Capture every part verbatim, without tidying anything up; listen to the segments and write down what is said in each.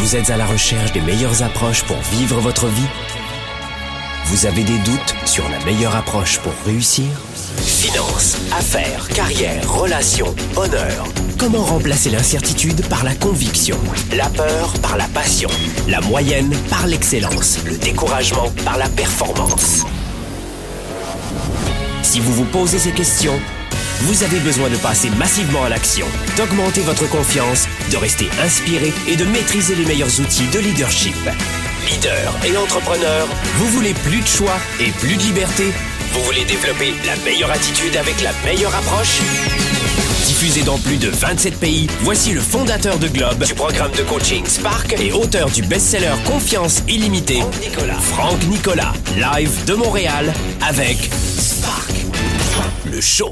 Vous êtes à la recherche des meilleures approches pour vivre votre vie? Vous avez des doutes sur la meilleure approche pour réussir? Finances, affaires, carrière, relations, honneur. Comment remplacer l'incertitude par la conviction, la peur par la passion, la moyenne par l'excellence, le découragement par la performance? Si vous vous posez ces questions, vous avez besoin de passer massivement à l'action, d'augmenter votre confiance, de rester inspiré et de maîtriser les meilleurs outils de leadership. Leader et entrepreneur, vous voulez plus de choix et plus de liberté? Vous voulez développer la meilleure attitude avec la meilleure approche? Diffusé dans plus de vingt-sept pays, voici le fondateur de Globe, du programme de coaching Spark et auteur du best-seller Confiance illimitée, Franck Nicolas. Franck Nicolas, live de Montréal avec Spark, le show.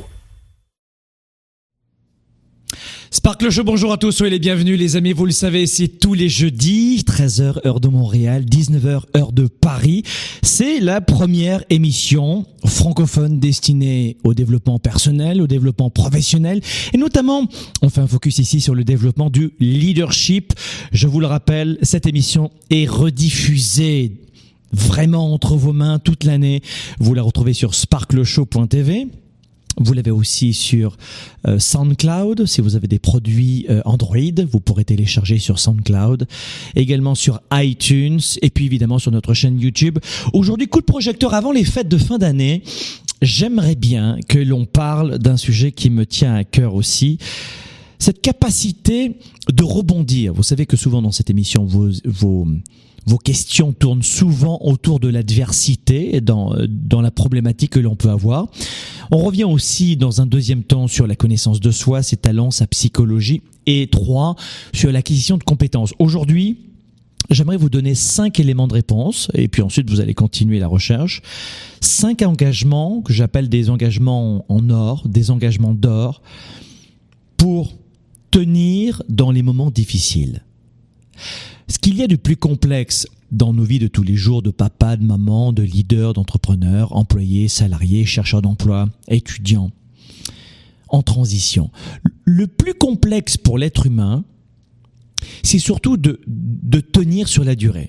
Spark le show, bonjour à tous, soyez les bienvenus les amis, vous le savez, c'est tous les jeudis, treize heures heure de Montréal, dix-neuf heures heure de Paris. C'est la première émission francophone destinée au développement personnel, au développement professionnel et notamment, on fait un focus ici sur le développement du leadership. Je vous le rappelle, cette émission est rediffusée vraiment entre vos mains toute l'année. Vous la retrouvez sur spark le show point t v. Vous l'avez aussi sur euh, SoundCloud. Si vous avez des produits euh, Android, vous pourrez télécharger sur SoundCloud. Également sur iTunes et puis évidemment sur notre chaîne YouTube. Aujourd'hui, coup de projecteur avant les fêtes de fin d'année. J'aimerais bien que l'on parle d'un sujet qui me tient à cœur aussi. Cette capacité de rebondir. Vous savez que souvent dans cette émission, vos, vos, vos questions tournent souvent autour de l'adversité, dans, dans la problématique que l'on peut avoir. On revient aussi dans un deuxième temps sur la connaissance de soi, ses talents, sa psychologie. Et trois, sur l'acquisition de compétences. Aujourd'hui, j'aimerais vous donner cinq éléments de réponse et puis ensuite vous allez continuer la recherche. Cinq engagements que j'appelle des engagements en or, des engagements d'or pour tenir dans les moments difficiles. Ce qu'il y a de plus complexe dans nos vies de tous les jours, de papa, de maman, de leader, d'entrepreneur, employé, salarié, chercheur d'emploi, étudiant, en transition. Le plus complexe pour l'être humain, c'est surtout de, de tenir sur la durée.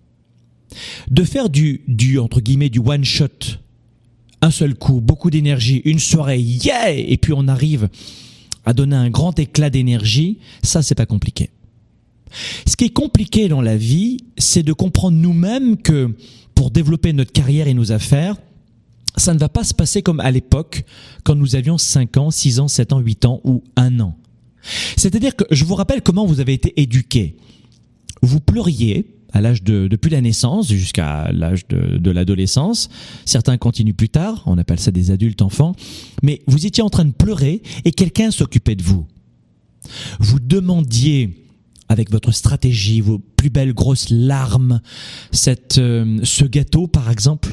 De faire du, du, entre guillemets, du one shot, un seul coup, beaucoup d'énergie, une soirée, yeah! Et puis on arrive à donner un grand éclat d'énergie, ça c'est pas compliqué. Ce qui est compliqué dans la vie, c'est de comprendre nous-mêmes que pour développer notre carrière et nos affaires, ça ne va pas se passer comme à l'époque, quand nous avions cinq ans, six ans, sept ans, huit ans ou un an. C'est-à-dire que je vous rappelle comment vous avez été éduqués. Vous pleuriez à l'âge de, depuis la naissance jusqu'à l'âge de, de l'adolescence. Certains continuent plus tard, on appelle ça des adultes enfants. Mais vous étiez en train de pleurer et quelqu'un s'occupait de vous. Vous demandiez avec votre stratégie, vos plus belles grosses larmes, cette, euh, ce gâteau par exemple.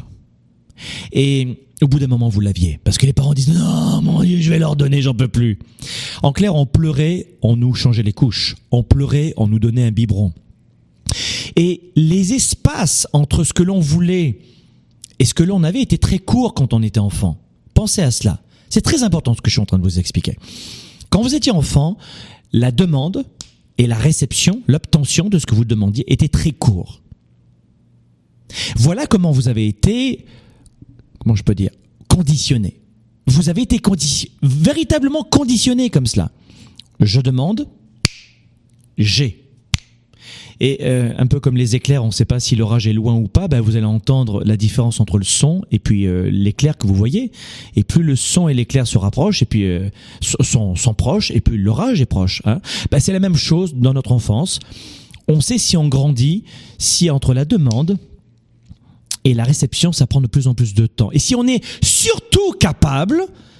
Et au bout d'un moment, vous l'aviez. Parce que les parents disent « Non, mon Dieu, je vais leur donner, j'en peux plus ». En clair, on pleurait, on nous changeait les couches. On pleurait, on nous donnait un biberon. Et les espaces entre ce que l'on voulait et ce que l'on avait étaient très courts quand on était enfant. Pensez à cela. C'est très important ce que je suis en train de vous expliquer. Quand vous étiez enfant, la demande et la réception, l'obtention de ce que vous demandiez était très court. Voilà comment vous avez été, comment je peux dire, conditionné. Vous avez été condi- véritablement conditionné comme cela. Je demande, j'ai. Et euh, un peu comme les éclairs, on ne sait pas si l'orage est loin ou pas, ben vous allez entendre la différence entre le son et puis euh, l'éclair que vous voyez. Et plus le son et l'éclair se rapprochent, et puis euh, sont, sont proches, et plus l'orage est proche. Hein. Ben, c'est la même chose dans notre enfance. On sait si on grandit, si entre la demande et la réception, ça prend de plus en plus de temps. Et si on est surtout capable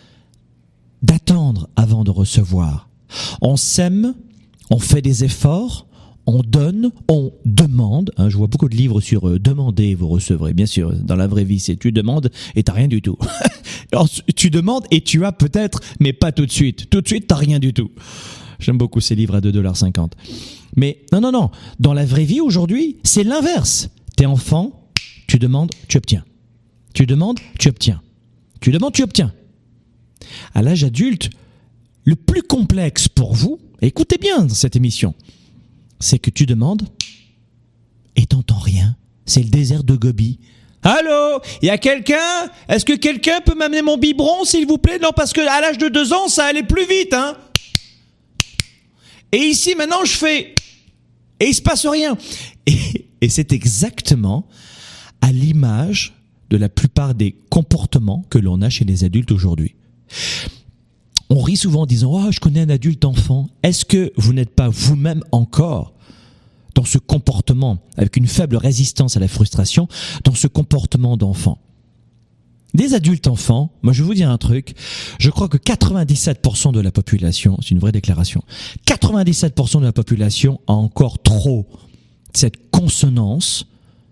d'attendre avant de recevoir. On s'aime, on fait des efforts, on donne, on demande. Hein, je vois beaucoup de livres sur euh, demander, vous recevrez. Bien sûr, dans la vraie vie, c'est tu demandes et t'as rien du tout. Alors, tu demandes et tu as peut-être, mais pas tout de suite. Tout de suite, t'as rien du tout. J'aime beaucoup ces livres à deux dollars cinquante. Mais non, non, non. Dans la vraie vie, aujourd'hui, c'est l'inverse. T'es enfant, tu demandes, tu obtiens. Tu demandes, tu obtiens. Tu demandes, tu obtiens. À l'âge adulte, le plus complexe pour vous, écoutez bien cette émission, c'est que tu demandes Et t'entends rien. C'est le désert de Gobi. Allô, il y a quelqu'un? Est-ce que quelqu'un peut m'amener mon biberon, s'il vous plaît? Non, parce que à l'âge de deux ans, ça allait plus vite, hein. Et ici, maintenant, je fais... Et il se passe rien. Et, et c'est exactement à l'image de la plupart des comportements que l'on a chez les adultes aujourd'hui. On rit souvent en disant « Oh, je connais un adulte enfant ». Est-ce que vous n'êtes pas vous-même encore dans ce comportement, avec une faible résistance à la frustration, dans ce comportement d'enfant? Des adultes enfants, moi je vais vous dire un truc, je crois que quatre-vingt-dix-sept pour cent de la population, c'est une vraie déclaration, quatre-vingt-dix-sept pour cent de la population a encore trop cette consonance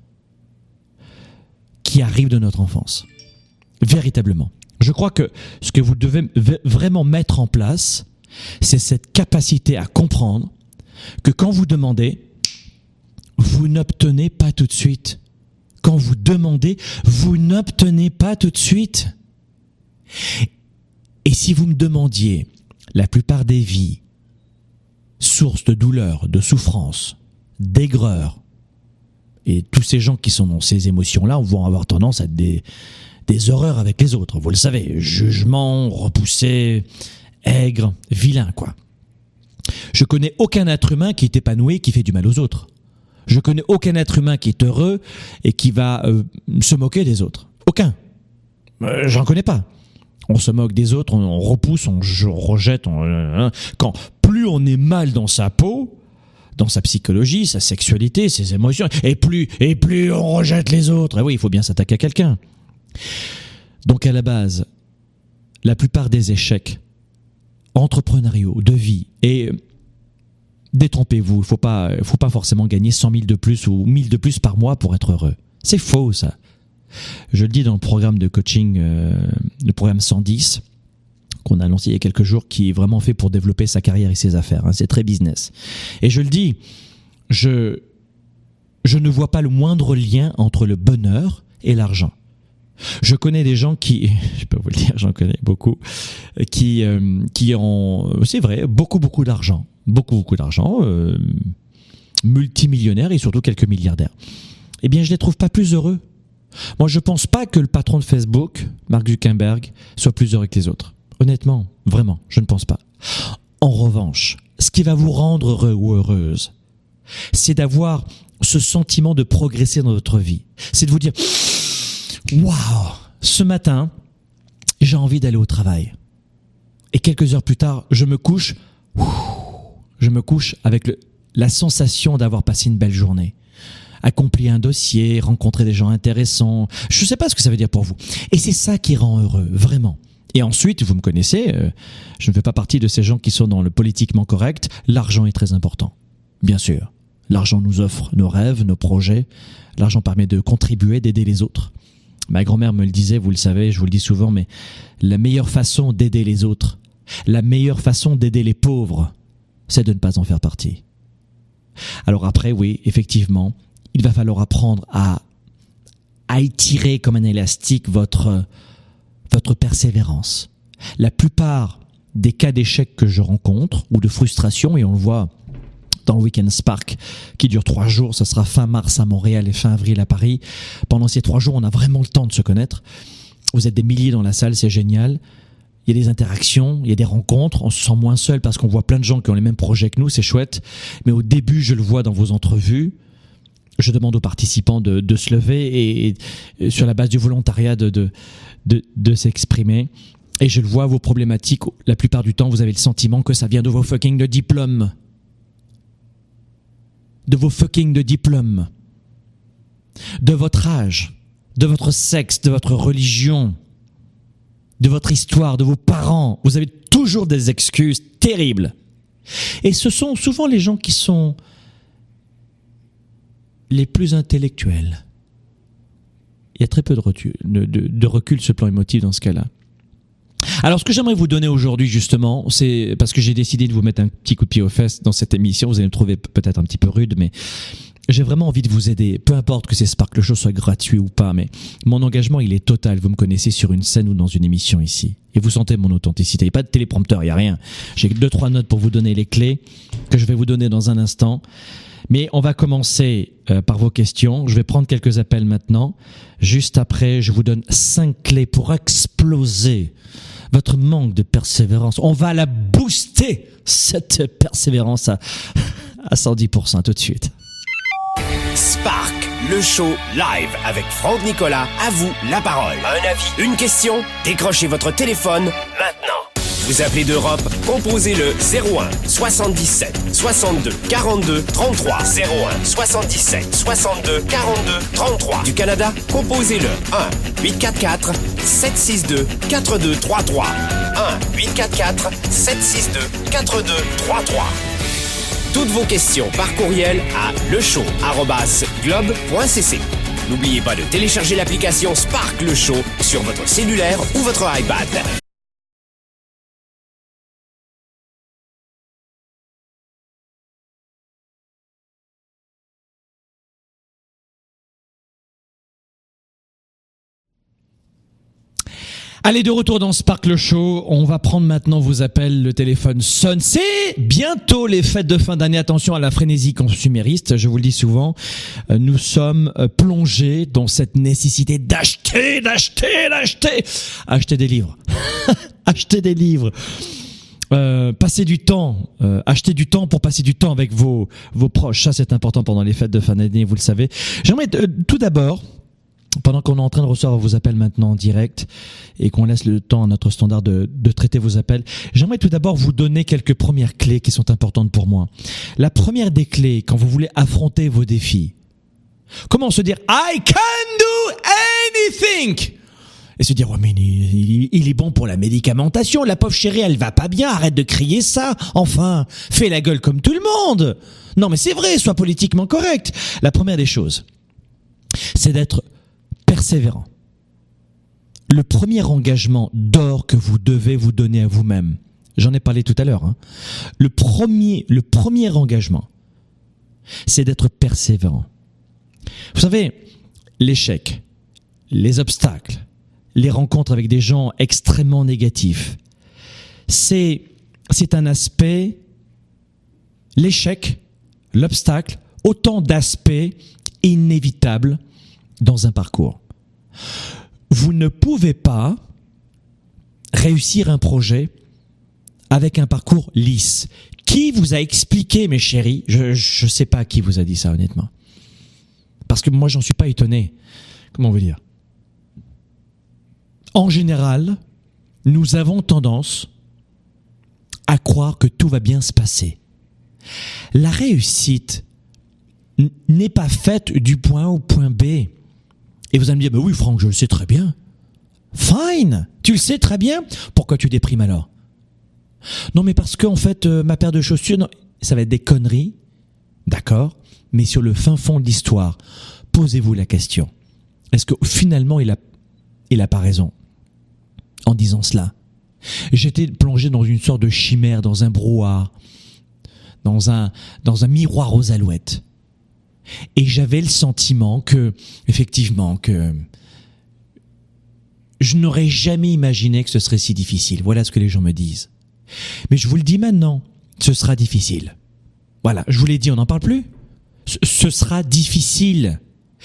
qui arrive de notre enfance. Véritablement. Je crois que ce que vous devez vraiment mettre en place, c'est cette capacité à comprendre que quand vous demandez, vous n'obtenez pas tout de suite. Quand vous demandez, vous n'obtenez pas tout de suite. Et si vous me demandiez, la plupart des vies, source de douleur, de souffrance, d'aigreur, et tous ces gens qui sont dans ces émotions-là vont avoir tendance à des, des horreurs avec les autres. Vous le savez, jugement, repoussé, aigre, vilain, quoi. Je connais aucun être humain qui est épanoui, qui fait du mal aux autres. Je connais aucun être humain qui est heureux et qui va euh, se moquer des autres. Aucun. Euh, j'en connais pas. On se moque des autres, on, on repousse, on, on rejette. On, euh, quand plus on est mal dans sa peau, dans sa psychologie, sa sexualité, ses émotions, et plus et plus on rejette les autres. Et oui, il faut bien s'attaquer à quelqu'un. Donc à la base, la plupart des échecs entrepreneuriaux, de vie, et détrompez-vous, il faut pas, faut pas forcément gagner cent mille de plus ou mille de plus par mois pour être heureux. C'est faux, ça. Je le dis dans le programme de coaching, euh, le programme cent dix, qu'on a lancé il y a quelques jours, qui est vraiment fait pour développer sa carrière et ses affaires. Hein. C'est très business. Et je le dis, je, je ne vois pas le moindre lien entre le bonheur et l'argent. Je connais des gens qui, je peux vous le dire, j'en connais beaucoup, qui, euh, qui ont, c'est vrai, beaucoup, beaucoup d'argent. Beaucoup, beaucoup d'argent, euh, multimillionnaires et surtout quelques milliardaires. Eh bien, je les trouve pas plus heureux. Moi, je pense pas que le patron de Facebook, Mark Zuckerberg, soit plus heureux que les autres. Honnêtement, vraiment, je ne pense pas. En revanche, ce qui va vous rendre heureux ou heureuse, c'est d'avoir ce sentiment de progresser dans votre vie. C'est de vous dire, waouh, ce matin, j'ai envie d'aller au travail. Et quelques heures plus tard, je me couche, je me couche avec le, la sensation d'avoir passé une belle journée. Accompli un dossier, rencontrer des gens intéressants. Je ne sais pas ce que ça veut dire pour vous. Et c'est ça qui rend heureux, vraiment. Et ensuite, vous me connaissez, euh, je ne fais pas partie de ces gens qui sont dans le politiquement correct. L'argent est très important, bien sûr. L'argent nous offre nos rêves, nos projets. L'argent permet de contribuer, d'aider les autres. Ma grand-mère me le disait, vous le savez, je vous le dis souvent, mais la meilleure façon d'aider les autres, la meilleure façon d'aider les pauvres, c'est de ne pas en faire partie. Alors après, oui, effectivement, il va falloir apprendre à, à étirer comme un élastique votre, votre persévérance. La plupart des cas d'échec que je rencontre, ou de frustration, et on le voit dans le Weekend Spark, qui dure trois jours, ça sera fin mars à Montréal et fin avril à Paris. Pendant ces trois jours, on a vraiment le temps de se connaître. Vous êtes des milliers dans la salle, c'est génial. Il y a des interactions, il y a des rencontres, on se sent moins seul parce qu'on voit plein de gens qui ont les mêmes projets que nous, c'est chouette. Mais au début, je le vois dans vos entrevues, je demande aux participants de, de se lever et, et sur la base du volontariat de, de, de, de s'exprimer. Et je le vois, vos problématiques, la plupart du temps, vous avez le sentiment que ça vient de vos fucking de diplômes. De vos fucking de diplômes. De votre âge, de votre sexe, de votre religion, de votre histoire, de vos parents. Vous avez toujours des excuses terribles. Et ce sont souvent les gens qui sont les plus intellectuels. Il y a très peu de recul, de, de, de recul sur le plan émotif dans ce cas-là. Alors, ce que j'aimerais vous donner aujourd'hui, justement, c'est parce que j'ai décidé de vous mettre un petit coup de pied aux fesses dans cette émission. Vous allez me trouver peut-être un petit peu rude, mais j'ai vraiment envie de vous aider. Peu importe que ces Sparkle Show soit gratuit ou pas, mais mon engagement, il est total. Vous me connaissez sur une scène ou dans une émission ici. Et vous sentez mon authenticité. Il n'y a pas de téléprompteur, il n'y a rien. J'ai deux, trois notes pour vous donner les clés que je vais vous donner dans un instant. Mais on va commencer euh, par vos questions. Je vais prendre quelques appels maintenant. Juste après, je vous donne cinq clés pour exploser votre manque de persévérance. On va la booster, cette persévérance à, à cent dix pour cent tout de suite. Spark, le show live avec Franck Nicolas. À vous la parole. Un avis, une question? Décrochez votre téléphone maintenant. Vous appelez d'Europe, composez le zéro un soixante-dix-sept soixante-deux quarante-deux trente-trois. zéro un soixante-dix-sept soixante-deux quarante-deux trente-trois. Du Canada, composez le un huit cent quarante-quatre sept cent soixante-deux quarante-deux trente-trois. un huit cent quarante-quatre sept cent soixante-deux quarante-deux trente-trois. Toutes vos questions par courriel à leshow arobase globe point c c. N'oubliez pas de télécharger l'application Spark le Show sur votre cellulaire ou votre iPad. Allez, de retour dans Spark le Show. On va prendre maintenant vos appels. Le téléphone sonne. C'est bientôt les fêtes de fin d'année. Attention à la frénésie consumériste. Je vous le dis souvent. Nous sommes plongés dans cette nécessité d'acheter, d'acheter, d'acheter. Acheter des livres. Acheter des livres. Euh, passer du temps, euh, acheter du temps pour passer du temps avec vos, vos proches. Ça, c'est important pendant les fêtes de fin d'année, vous le savez. J'aimerais euh, tout d'abord, pendant qu'on est en train de recevoir vos appels maintenant en direct et qu'on laisse le temps à notre standard de, de traiter vos appels, j'aimerais tout d'abord vous donner quelques premières clés qui sont importantes pour moi. La première des clés, quand vous voulez affronter vos défis, comment se dire « I can do anything !» et se dire « ouais, mais il, il est bon pour la médicamentation, la pauvre chérie, elle va pas bien, arrête de crier ça, enfin, fais la gueule comme tout le monde !» Non mais c'est vrai, sois politiquement correct. La première des choses, c'est d'être persévérant. Le premier engagement d'or que vous devez vous donner à vous-même, j'en ai parlé tout à l'heure, hein. le premier, le premier engagement, c'est d'être persévérant. Vous savez, l'échec, les obstacles, les rencontres avec des gens extrêmement négatifs, c'est, c'est un aspect, l'échec, l'obstacle, autant d'aspects inévitables dans un parcours. Vous ne pouvez pas réussir un projet avec un parcours lisse. Qui vous a expliqué, mes chéris? Je ne sais pas qui vous a dit ça, honnêtement. Parce que moi, j'en suis pas étonné. Comment vous dire? En général, nous avons tendance à croire que tout va bien se passer. La réussite n'est pas faite du point A au point B. Et vous allez me dire, bah oui, Franck, je le sais très bien. Fine, tu le sais très bien. Pourquoi tu déprimes alors? Non, mais parce que en fait, euh, ma paire de chaussures, non, ça va être des conneries, d'accord. Mais sur le fin fond de l'histoire, posez-vous la question. Est-ce que finalement, il a, il a pas raison en disant cela? J'étais plongé dans une sorte de chimère, dans un brouhaha, dans un, dans un miroir aux alouettes. Et j'avais le sentiment que, effectivement, que je n'aurais jamais imaginé que ce serait si difficile. Voilà ce que les gens me disent. Mais je vous le dis maintenant, ce sera difficile. Voilà, je vous l'ai dit, on n'en parle plus. Ce, ce sera difficile.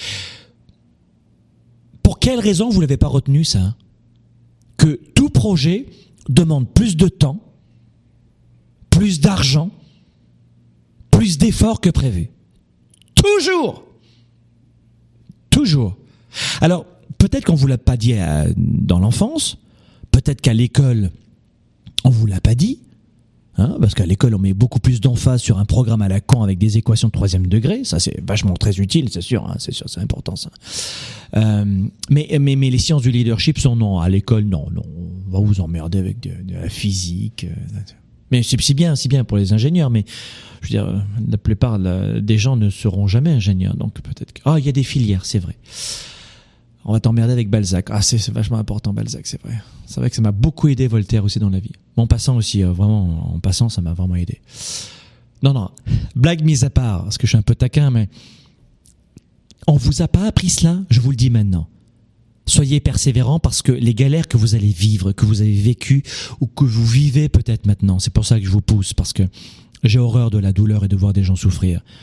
Pour quelle raison vous l'avez pas retenu, ça? Que tout projet demande plus de temps, plus d'argent, plus d'efforts que prévu. Toujours. Toujours. Alors, peut-être qu'on vous l'a pas dit à, dans l'enfance, peut-être qu'à l'école, on vous l'a pas dit, hein, parce qu'à l'école, on met beaucoup plus d'emphase sur un programme à la con avec des équations de troisième degré. Ça, c'est vachement très utile, c'est sûr, hein, c'est sûr, c'est important, ça. Euh, mais, mais, mais les sciences du leadership sont non. À l'école, non, non, on va vous emmerder avec de, de la physique. Mais c'est, c'est bien, c'est bien pour les ingénieurs, mais je veux dire, la plupart la, des gens ne seront jamais ingénieurs, donc peut-être que... Ah, il y a des filières, c'est vrai. On va t'emmerder avec Balzac. Ah, c'est, c'est vachement important, Balzac, c'est vrai. C'est vrai que ça m'a beaucoup aidé, Voltaire, aussi, dans la vie. En passant aussi, euh, vraiment, en passant, ça m'a vraiment aidé. Non, non, blague mise à part, parce que je suis un peu taquin, mais on vous a pas appris cela, je vous le dis maintenant. Soyez persévérants parce que les galères que vous allez vivre, que vous avez vécues, ou que vous vivez peut-être maintenant, c'est pour ça que je vous pousse, parce que j'ai horreur de la douleur et de voir des gens souffrir.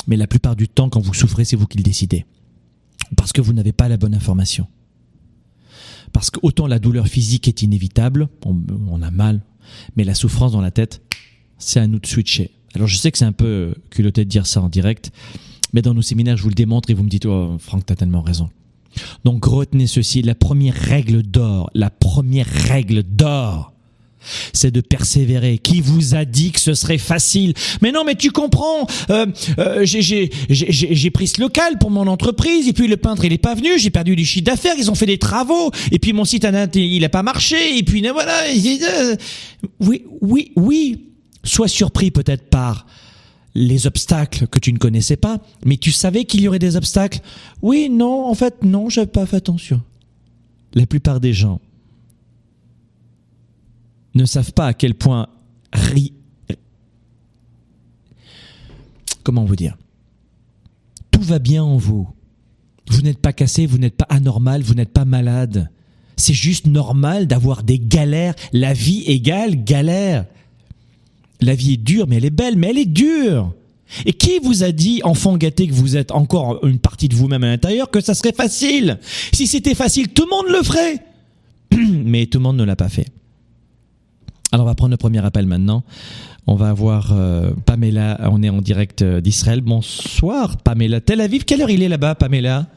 Mais la plupart du temps, quand vous souffrez, c'est vous qui le décidez. Parce que vous n'avez pas la bonne information. Parce que autant la douleur physique est inévitable, on, on a mal, mais la souffrance dans la tête, c'est à nous de switcher. Alors je sais que c'est un peu culotté de dire ça en direct, mais dans nos séminaires, je vous le démontre et vous me dites « Oh, Franck, t'as tellement raison ». Donc retenez ceci, la première règle d'or, la première règle d'or, c'est de persévérer. Qui vous a dit que ce serait facile? Mais non, mais tu comprends, euh, euh, j'ai, j'ai, j'ai, j'ai pris ce local pour mon entreprise, et puis le peintre il est pas venu, j'ai perdu du chiffre d'affaires, ils ont fait des travaux, et puis mon site internet il a pas marché, et puis voilà. Euh, oui, oui, oui. Sois surpris peut-être par les obstacles que tu ne connaissais pas, mais tu savais qu'il y aurait des obstacles. Oui, non, en fait, non, j'avais pas fait attention. La plupart des gens ne savent pas à quel point ri... Comment vous dire? Tout va bien en vous. Vous n'êtes pas cassé, vous n'êtes pas anormal, vous n'êtes pas malade. C'est juste normal d'avoir des galères. La vie égale galère. La vie est dure, mais elle est belle, mais elle est dure. Et qui vous a dit, enfant gâté, que vous êtes encore une partie de vous-même à l'intérieur, que ça serait facile? Si c'était facile, tout le monde le ferait. Mais tout le monde ne l'a pas fait. Alors on va prendre le premier appel maintenant. On va avoir euh, Pamela, on est en direct d'Israël. Bonsoir Pamela. Tel Aviv, quelle heure il est là-bas Pamela?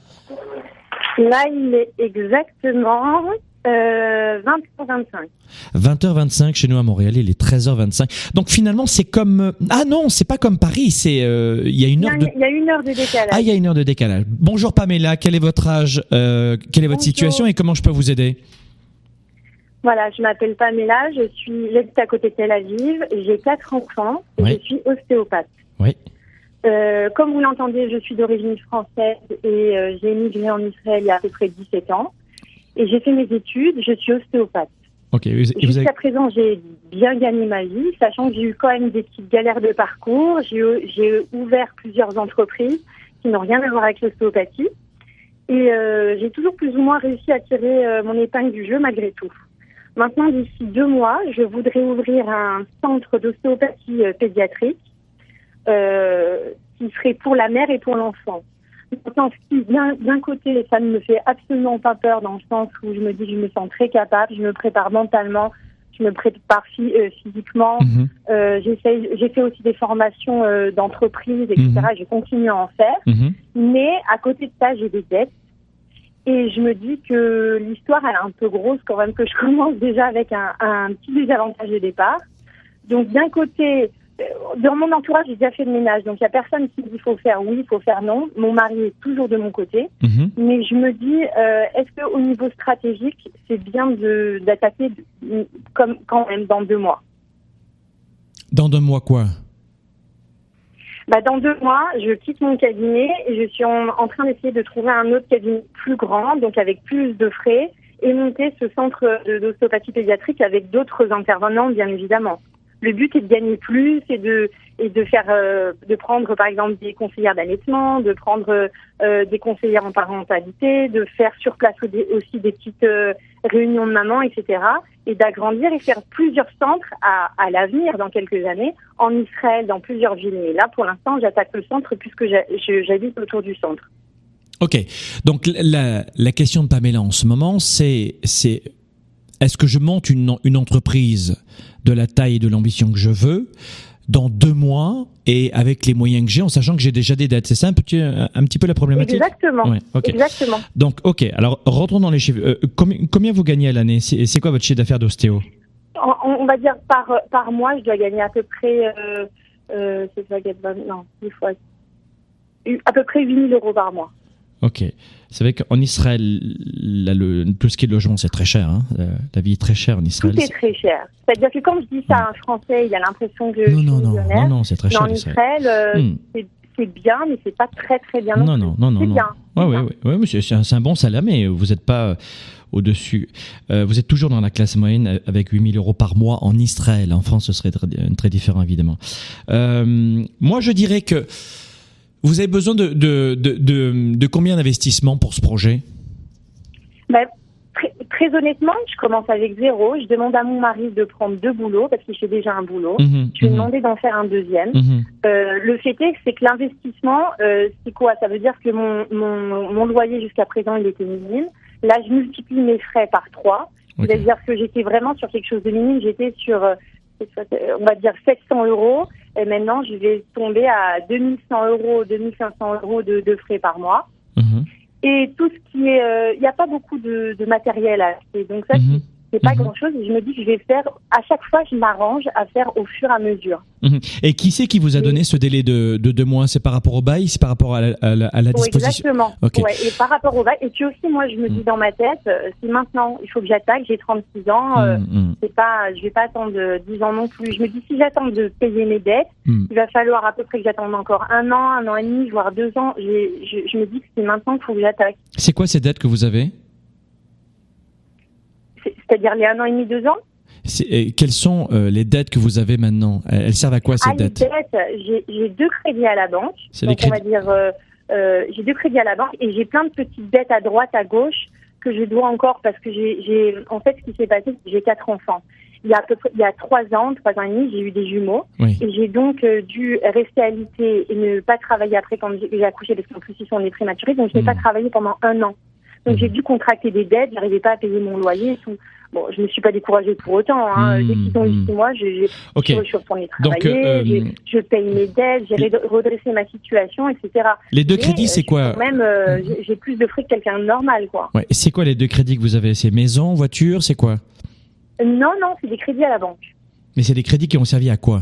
Là il est exactement euh, vingt heures vingt-cinq. vingt heures vingt-cinq chez nous à Montréal, il est treize heures vingt-cinq. Donc finalement c'est comme... Ah non, c'est pas comme Paris, c'est euh, il y a une heure de... Il y a une heure de décalage. Ah, il y a une heure de décalage. Bonjour Pamela, quel est votre âge, euh, quelle est votre Bonjour. situation et comment je peux vous aider? Voilà, je m'appelle Pamela, je suis, j'habite à côté de Tel Aviv, j'ai quatre enfants et oui. je suis ostéopathe. Oui. Euh, comme vous l'entendez, je suis d'origine française et euh, j'ai émigré en Israël il y a à peu près dix-sept ans. Et j'ai fait mes études, je suis ostéopathe. Ok. Et vous Jusqu'à avez... présent, j'ai bien gagné ma vie, sachant que j'ai eu quand même des petites galères de parcours. J'ai, j'ai ouvert plusieurs entreprises qui n'ont rien à voir avec l'ostéopathie. Et euh, j'ai toujours plus ou moins réussi à tirer euh, mon épingle du jeu malgré tout. Maintenant, d'ici deux mois, je voudrais ouvrir un centre d'ostéopathie euh, pédiatrique euh, qui serait pour la mère et pour l'enfant. Maintenant, ce qui, d'un, d'un côté, ça ne me fait absolument pas peur dans le sens où je me dis que je me sens très capable, je me prépare mentalement, je me prépare fi- euh, physiquement. Mm-hmm. Euh, j'essaye, j'ai fait aussi des formations euh, d'entreprise, et cetera. Mm-hmm. Je continue à en faire. Mm-hmm. Mais à côté de ça, j'ai des dettes. Et je me dis que l'histoire, elle est un peu grosse quand même, que je commence déjà avec un, un petit désavantage de départ. Donc d'un côté, dans mon entourage, j'ai déjà fait le ménage. Donc il n'y a personne qui me dit il faut faire oui, il faut faire non. Mon mari est toujours de mon côté. Mmh. Mais je me dis, euh, est-ce qu'au niveau stratégique, c'est bien de, d'attaquer comme, quand même dans deux mois? Dans deux mois quoi? Bah, dans deux mois, je quitte mon cabinet et je suis en, en train d'essayer de trouver un autre cabinet plus grand, donc avec plus de frais, et monter ce centre de, d'ostéopathie pédiatrique avec d'autres intervenants, bien évidemment. Le but est de gagner plus et de et de faire euh, de prendre par exemple des conseillères d'allaitement, de prendre euh, des conseillères en parentalité, de faire sur place aussi des petites euh, réunions de mamans, et cetera. Et d'agrandir et faire plusieurs centres à, à l'avenir dans quelques années en Israël, dans plusieurs villes. Et là, pour l'instant, j'attaque le centre puisque j'habite autour du centre. Ok. Donc la la question de Pamela en ce moment, c'est c'est est-ce que je monte une une entreprise de la taille et de l'ambition que je veux dans deux mois et avec les moyens que j'ai, en sachant que j'ai déjà des dettes. C'est ça un petit, un, un petit peu la problématique? Exactement. Ouais, okay. Exactement. Donc, ok. Alors, rentrons dans les chiffres. Euh, combien, combien vous gagnez à l'année? C'est, c'est quoi votre chiffre d'affaires d'ostéo? on, on va dire par, par mois, je dois gagner à peu près, euh, euh, c'est ça, non, dix fois, à peu près huit mille euros par mois. Ok. C'est vrai qu'en Israël, là, le, tout ce qui est logement, c'est très cher. Hein. La vie est très chère en Israël. Tout est très cher. C'est-à-dire que quand je dis ça à un Français, il a l'impression que non, je suis non, non, millionnaire. non, non, c'est très cher. En Israël, euh, hmm. c'est, c'est bien, mais c'est pas très très bien. Non, non, non, non. C'est non. bien. Ouais, ouais, ouais, ouais, mais c'est, c'est, un, c'est un bon salaire, mais vous n'êtes pas au-dessus. Euh, vous êtes toujours dans la classe moyenne avec huit mille euros par mois en Israël. En France, ce serait très, très différent, évidemment. Euh, moi, je dirais que vous avez besoin de, de, de, de, de combien d'investissements pour ce projet? Ben, très, très honnêtement, je commence avec zéro. Je demande à mon mari de prendre deux boulots parce qu'il fait déjà un boulot. Mmh, je vais mmh. demander d'en faire un deuxième. Mmh. Euh, le fait est, c'est que l'investissement, euh, c'est quoi? Ça veut dire que mon, mon, mon loyer jusqu'à présent, il était minime. Là, je multiplie mes frais par trois. Okay. C'est-à-dire que j'étais vraiment sur quelque chose de minime. J'étais sur, euh, on va dire, sept cents euros. Et maintenant, je vais tomber à deux mille cent euros, deux mille cinq cents euros de, de frais par mois. Mmh. Et tout ce qui est, il euh, n'y a pas beaucoup de, de matériel à acheter. Donc ça, Mmh. c'est pas mmh. grand-chose. Et je me dis que je vais faire, à chaque fois, je m'arrange à faire au fur et à mesure. Mmh. Et qui c'est qui vous a donné oui. ce délai de, de deux mois? C'est par rapport au bail? C'est par rapport à la, à la, à la disposition? Oui, exactement. Okay. Ouais, et par rapport au bail. Et puis aussi, moi, je me dis mmh. dans ma tête, euh, c'est maintenant, il faut que j'attaque. J'ai trente-six ans. Euh, mmh. C'est pas, je vais pas attendre dix ans non plus. Je me dis, si j'attends de payer mes dettes, mmh. il va falloir à peu près que j'attende encore un an, un an et demi, voire deux ans. J'ai, je, je me dis que c'est maintenant qu'il faut que j'attaque. C'est quoi ces dettes que vous avez? C'est-à-dire les un an et demi, deux ans? C'est, et quelles sont euh, les dettes que vous avez maintenant? Elles servent à quoi ces ah, dettes? Les dettes, j'ai, j'ai deux crédits à la banque. C'est donc les on va dire, euh, euh, j'ai deux crédits à la banque et j'ai plein de petites dettes à droite, à gauche que je dois encore parce que j'ai, j'ai en fait, ce qui s'est passé, c'est que j'ai quatre enfants. Il y a à peu près, il y a trois ans, trois ans et demi, j'ai eu des jumeaux oui. et j'ai donc euh, dû rester alitée et ne pas travailler après quand j'ai, j'ai accouché parce qu'en plus ils sont nés prématurés, donc je n'ai mmh. pas travaillé pendant un an. Donc mmh. j'ai dû contracter des dettes, j'arrivais pas à payer mon loyer et tout. Bon, je ne me suis pas découragée pour autant. Hein. Mmh, Dès qu'ils ont eu six mois, je, je, okay. je suis retournée travailler, Donc, euh, je, je paye mes dettes, j'ai les... redressé ma situation, et cetera. Les deux Mais, crédits, c'est quoi? Même, euh, j'ai, j'ai plus de frais que quelqu'un de normal, quoi. Ouais. C'est quoi les deux crédits que vous avez? C'est maison, voiture, c'est quoi? Non, non, c'est des crédits à la banque. Mais c'est des crédits qui ont servi à quoi?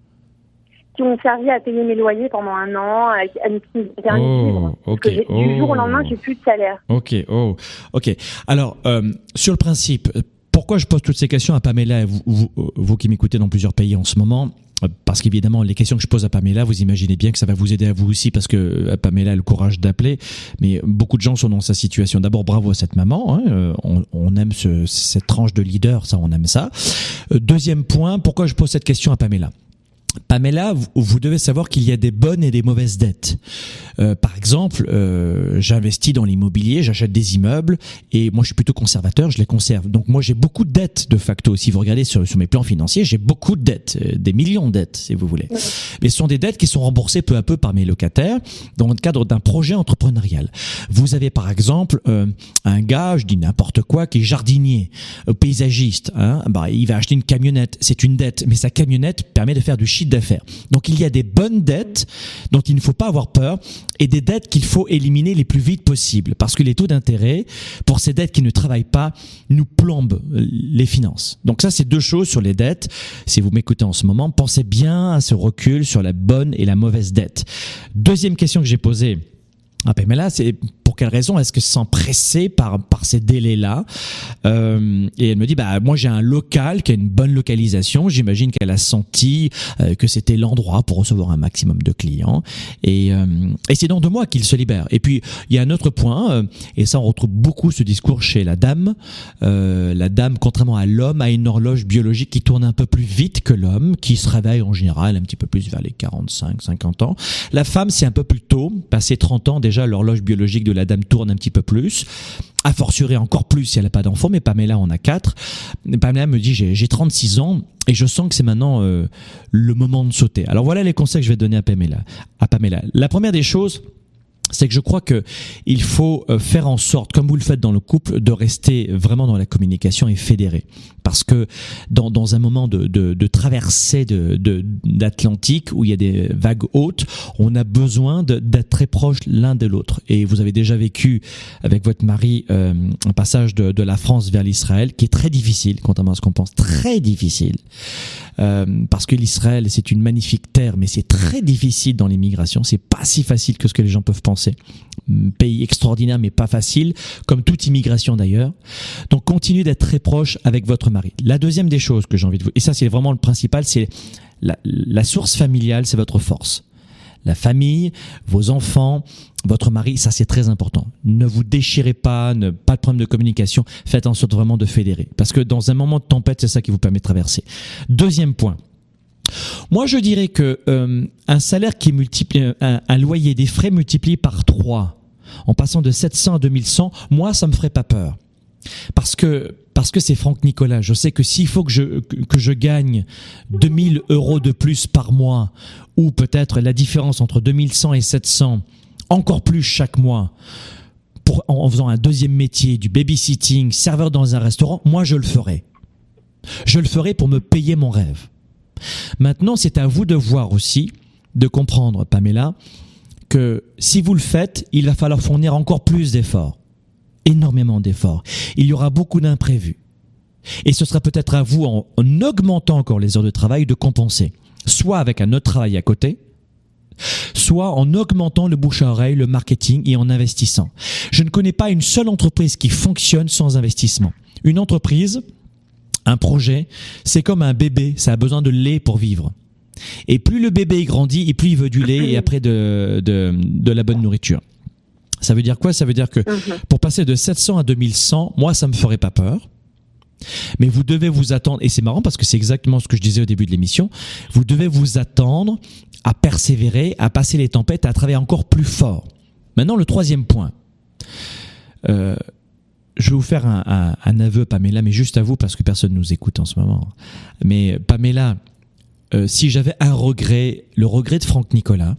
Qui ont servi à payer mes loyers pendant un an, à une petite dernière oh, okay. oh. Du jour au lendemain, j'ai plus de salaire. Ok, oh, ok. Alors, euh, sur le principe, pourquoi je pose toutes ces questions à Pamela, vous, vous, vous qui m'écoutez dans plusieurs pays en ce moment? Parce qu'évidemment, les questions que je pose à Pamela, vous imaginez bien que ça va vous aider à vous aussi, parce que Pamela a le courage d'appeler. Mais beaucoup de gens sont dans sa situation. D'abord, bravo à cette maman. Hein. On, on aime ce, cette tranche de leader, ça, on aime ça. Deuxième point, pourquoi je pose cette question à Pamela? Pamela, vous, vous devez savoir qu'il y a des bonnes et des mauvaises dettes. Euh, par exemple, euh, j'investis dans l'immobilier, j'achète des immeubles et moi je suis plutôt conservateur, je les conserve. Donc moi j'ai beaucoup de dettes de facto. Si vous regardez sur, sur mes plans financiers, j'ai beaucoup de dettes, euh, des millions de dettes si vous voulez. Mais ce sont des dettes qui sont remboursées peu à peu par mes locataires dans le cadre d'un projet entrepreneurial. Vous avez par exemple euh, un gars, je dis n'importe quoi, qui est jardinier, euh, paysagiste. Hein, bah, il va acheter une camionnette, c'est une dette, mais sa camionnette permet de faire du chiffre d'affaires. Donc il y a des bonnes dettes dont il ne faut pas avoir peur et des dettes qu'il faut éliminer les plus vite possible parce que les taux d'intérêt pour ces dettes qui ne travaillent pas nous plombent les finances. Donc ça c'est deux choses sur les dettes. Si vous m'écoutez en ce moment, pensez bien à ce recul sur la bonne et la mauvaise dette. Deuxième question que j'ai posée à Pamela, c'est pour quelle raison est-ce que se sent pressée par par ces délais-là euh, Et elle me dit, bah moi j'ai un local qui a une bonne localisation. J'imagine qu'elle a senti euh, que c'était l'endroit pour recevoir un maximum de clients. Et, euh, et c'est dans deux mois qu'il se libère. Et puis il y a un autre point, euh, et ça on retrouve beaucoup ce discours chez la dame. Euh, la dame, contrairement à l'homme, a une horloge biologique qui tourne un peu plus vite que l'homme, qui se réveille en général un petit peu plus vers les quarante-cinq, cinquante ans. La femme, c'est un peu plus tôt, passé trente ans déjà. Déjà, l'horloge biologique de la dame tourne un petit peu plus. A fortiori encore plus si elle n'a pas d'enfant, mais Pamela en a quatre. Pamela me dit, j'ai, j'ai trente-six ans et je sens que c'est maintenant euh, le moment de sauter. Alors voilà les conseils que je vais donner à Pamela. À Pamela. La première des choses, c'est que je crois que il faut faire en sorte, comme vous le faites dans le couple, de rester vraiment dans la communication et fédéré. Parce que dans, dans un moment de, de, de traversée de, de, d'Atlantique où il y a des vagues hautes, on a besoin de, d'être très proches l'un de l'autre. Et vous avez déjà vécu avec votre mari euh, un passage de, de la France vers l'Israël qui est très difficile, contrairement à ce qu'on pense, très difficile. Euh, parce que l'Israël, c'est une magnifique terre, mais c'est très difficile dans l'immigration. C'est pas si facile que ce que les gens peuvent penser. Pays extraordinaire, mais pas facile, comme toute immigration d'ailleurs. Donc, continuez d'être très proche avec votre mari. La deuxième des choses que j'ai envie de vous, et ça c'est vraiment le principal, c'est la, la source familiale, c'est votre force. La famille, vos enfants, votre mari, ça c'est très important. Ne vous déchirez pas, ne, pas de problème de communication. Faites en sorte vraiment de fédérer. Parce que dans un moment de tempête, c'est ça qui vous permet de traverser. Deuxième point. Moi, je dirais que euh, un salaire qui multiplie, un, un loyer, des frais multipliés par trois, en passant de sept cents à deux mille cent, moi, ça me ferait pas peur. Parce que parce que c'est Franck Nicolas. Je sais que s'il faut que je que je gagne deux mille euros de plus par mois, ou peut-être la différence entre deux mille cent et sept cents, encore plus chaque mois, pour en faisant un deuxième métier, du babysitting, serveur dans un restaurant, moi je le ferai. Je le ferai pour me payer mon rêve. Maintenant, c'est à vous de voir aussi, de comprendre, Pamela, que si vous le faites, il va falloir fournir encore plus d'efforts. Énormément d'efforts. Il y aura beaucoup d'imprévus. Et ce sera peut-être à vous, en, en augmentant encore les heures de travail, de compenser. Soit avec un autre travail à côté, soit en augmentant le bouche à oreille, le marketing et en investissant. Je ne connais pas une seule entreprise qui fonctionne sans investissement. Une entreprise, un projet, c'est comme un bébé, ça a besoin de lait pour vivre. Et plus le bébé grandit, et plus il veut du lait et après de, de, de la bonne nourriture. Ça veut dire quoi? Ça veut dire que pour passer de sept cents à deux mille cent, moi, ça me ferait pas peur. Mais vous devez vous attendre, et c'est marrant parce que c'est exactement ce que je disais au début de l'émission, vous devez vous attendre à persévérer, à passer les tempêtes, à travailler encore plus fort. Maintenant, le troisième point. Euh, je vais vous faire un, un, un aveu, Pamela, mais juste à vous parce que personne nous écoute en ce moment. Mais Pamela, euh, si j'avais un regret, le regret de Franck Nicolas,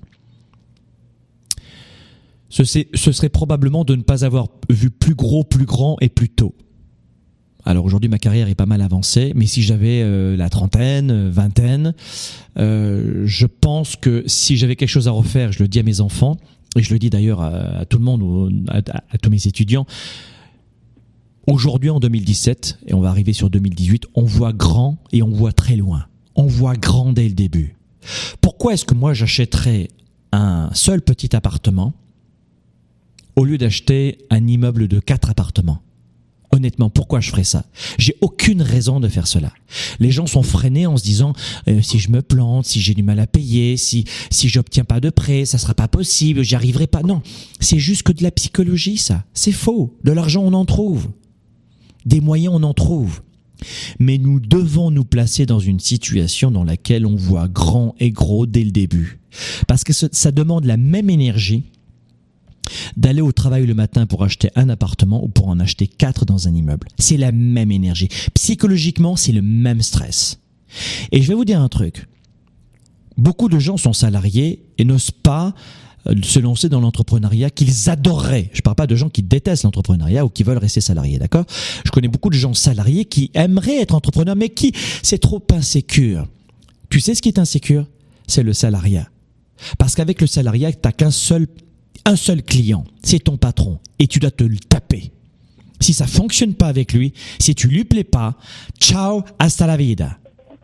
Ce, ce serait probablement de ne pas avoir vu plus gros, plus grand et plus tôt. Alors aujourd'hui, ma carrière est pas mal avancée, mais si j'avais euh, la trentaine, vingtaine, euh, je pense que si j'avais quelque chose à refaire, je le dis à mes enfants, et je le dis d'ailleurs à, à tout le monde, à, à, à tous mes étudiants, aujourd'hui en deux mille dix-sept, et on va arriver sur deux mille dix-huit, on voit grand et on voit très loin. On voit grand dès le début. Pourquoi est-ce que moi j'achèterais un seul petit appartement au lieu d'acheter un immeuble de quatre appartements? Honnêtement, pourquoi je ferais ça? J'ai aucune raison de faire cela. Les gens sont freinés en se disant euh, si je me plante, si j'ai du mal à payer, si si j'obtiens pas de prêt, ça sera pas possible, j'y arriverai pas. Non, c'est juste que de la psychologie, ça. C'est faux. De l'argent, on en trouve. Des moyens, on en trouve. Mais nous devons nous placer dans une situation dans laquelle on voit grand et gros dès le début. Parce que ça demande la même énergie d'aller au travail le matin pour acheter un appartement ou pour en acheter quatre dans un immeuble. C'est la même énergie. Psychologiquement, c'est le même stress. Et je vais vous dire un truc. Beaucoup de gens sont salariés et n'osent pas se lancer dans l'entrepreneuriat qu'ils adoreraient. Je ne parle pas de gens qui détestent l'entrepreneuriat ou qui veulent rester salariés, d'accord? Je connais beaucoup de gens salariés qui aimeraient être entrepreneurs, mais qui, c'est trop insécure. Tu sais ce qui est insécure? C'est le salariat. Parce qu'avec le salariat, tu n'as qu'un seul Un seul client, c'est ton patron, et tu dois te le taper. Si ça fonctionne pas avec lui, si tu lui plais pas, ciao, hasta la vida.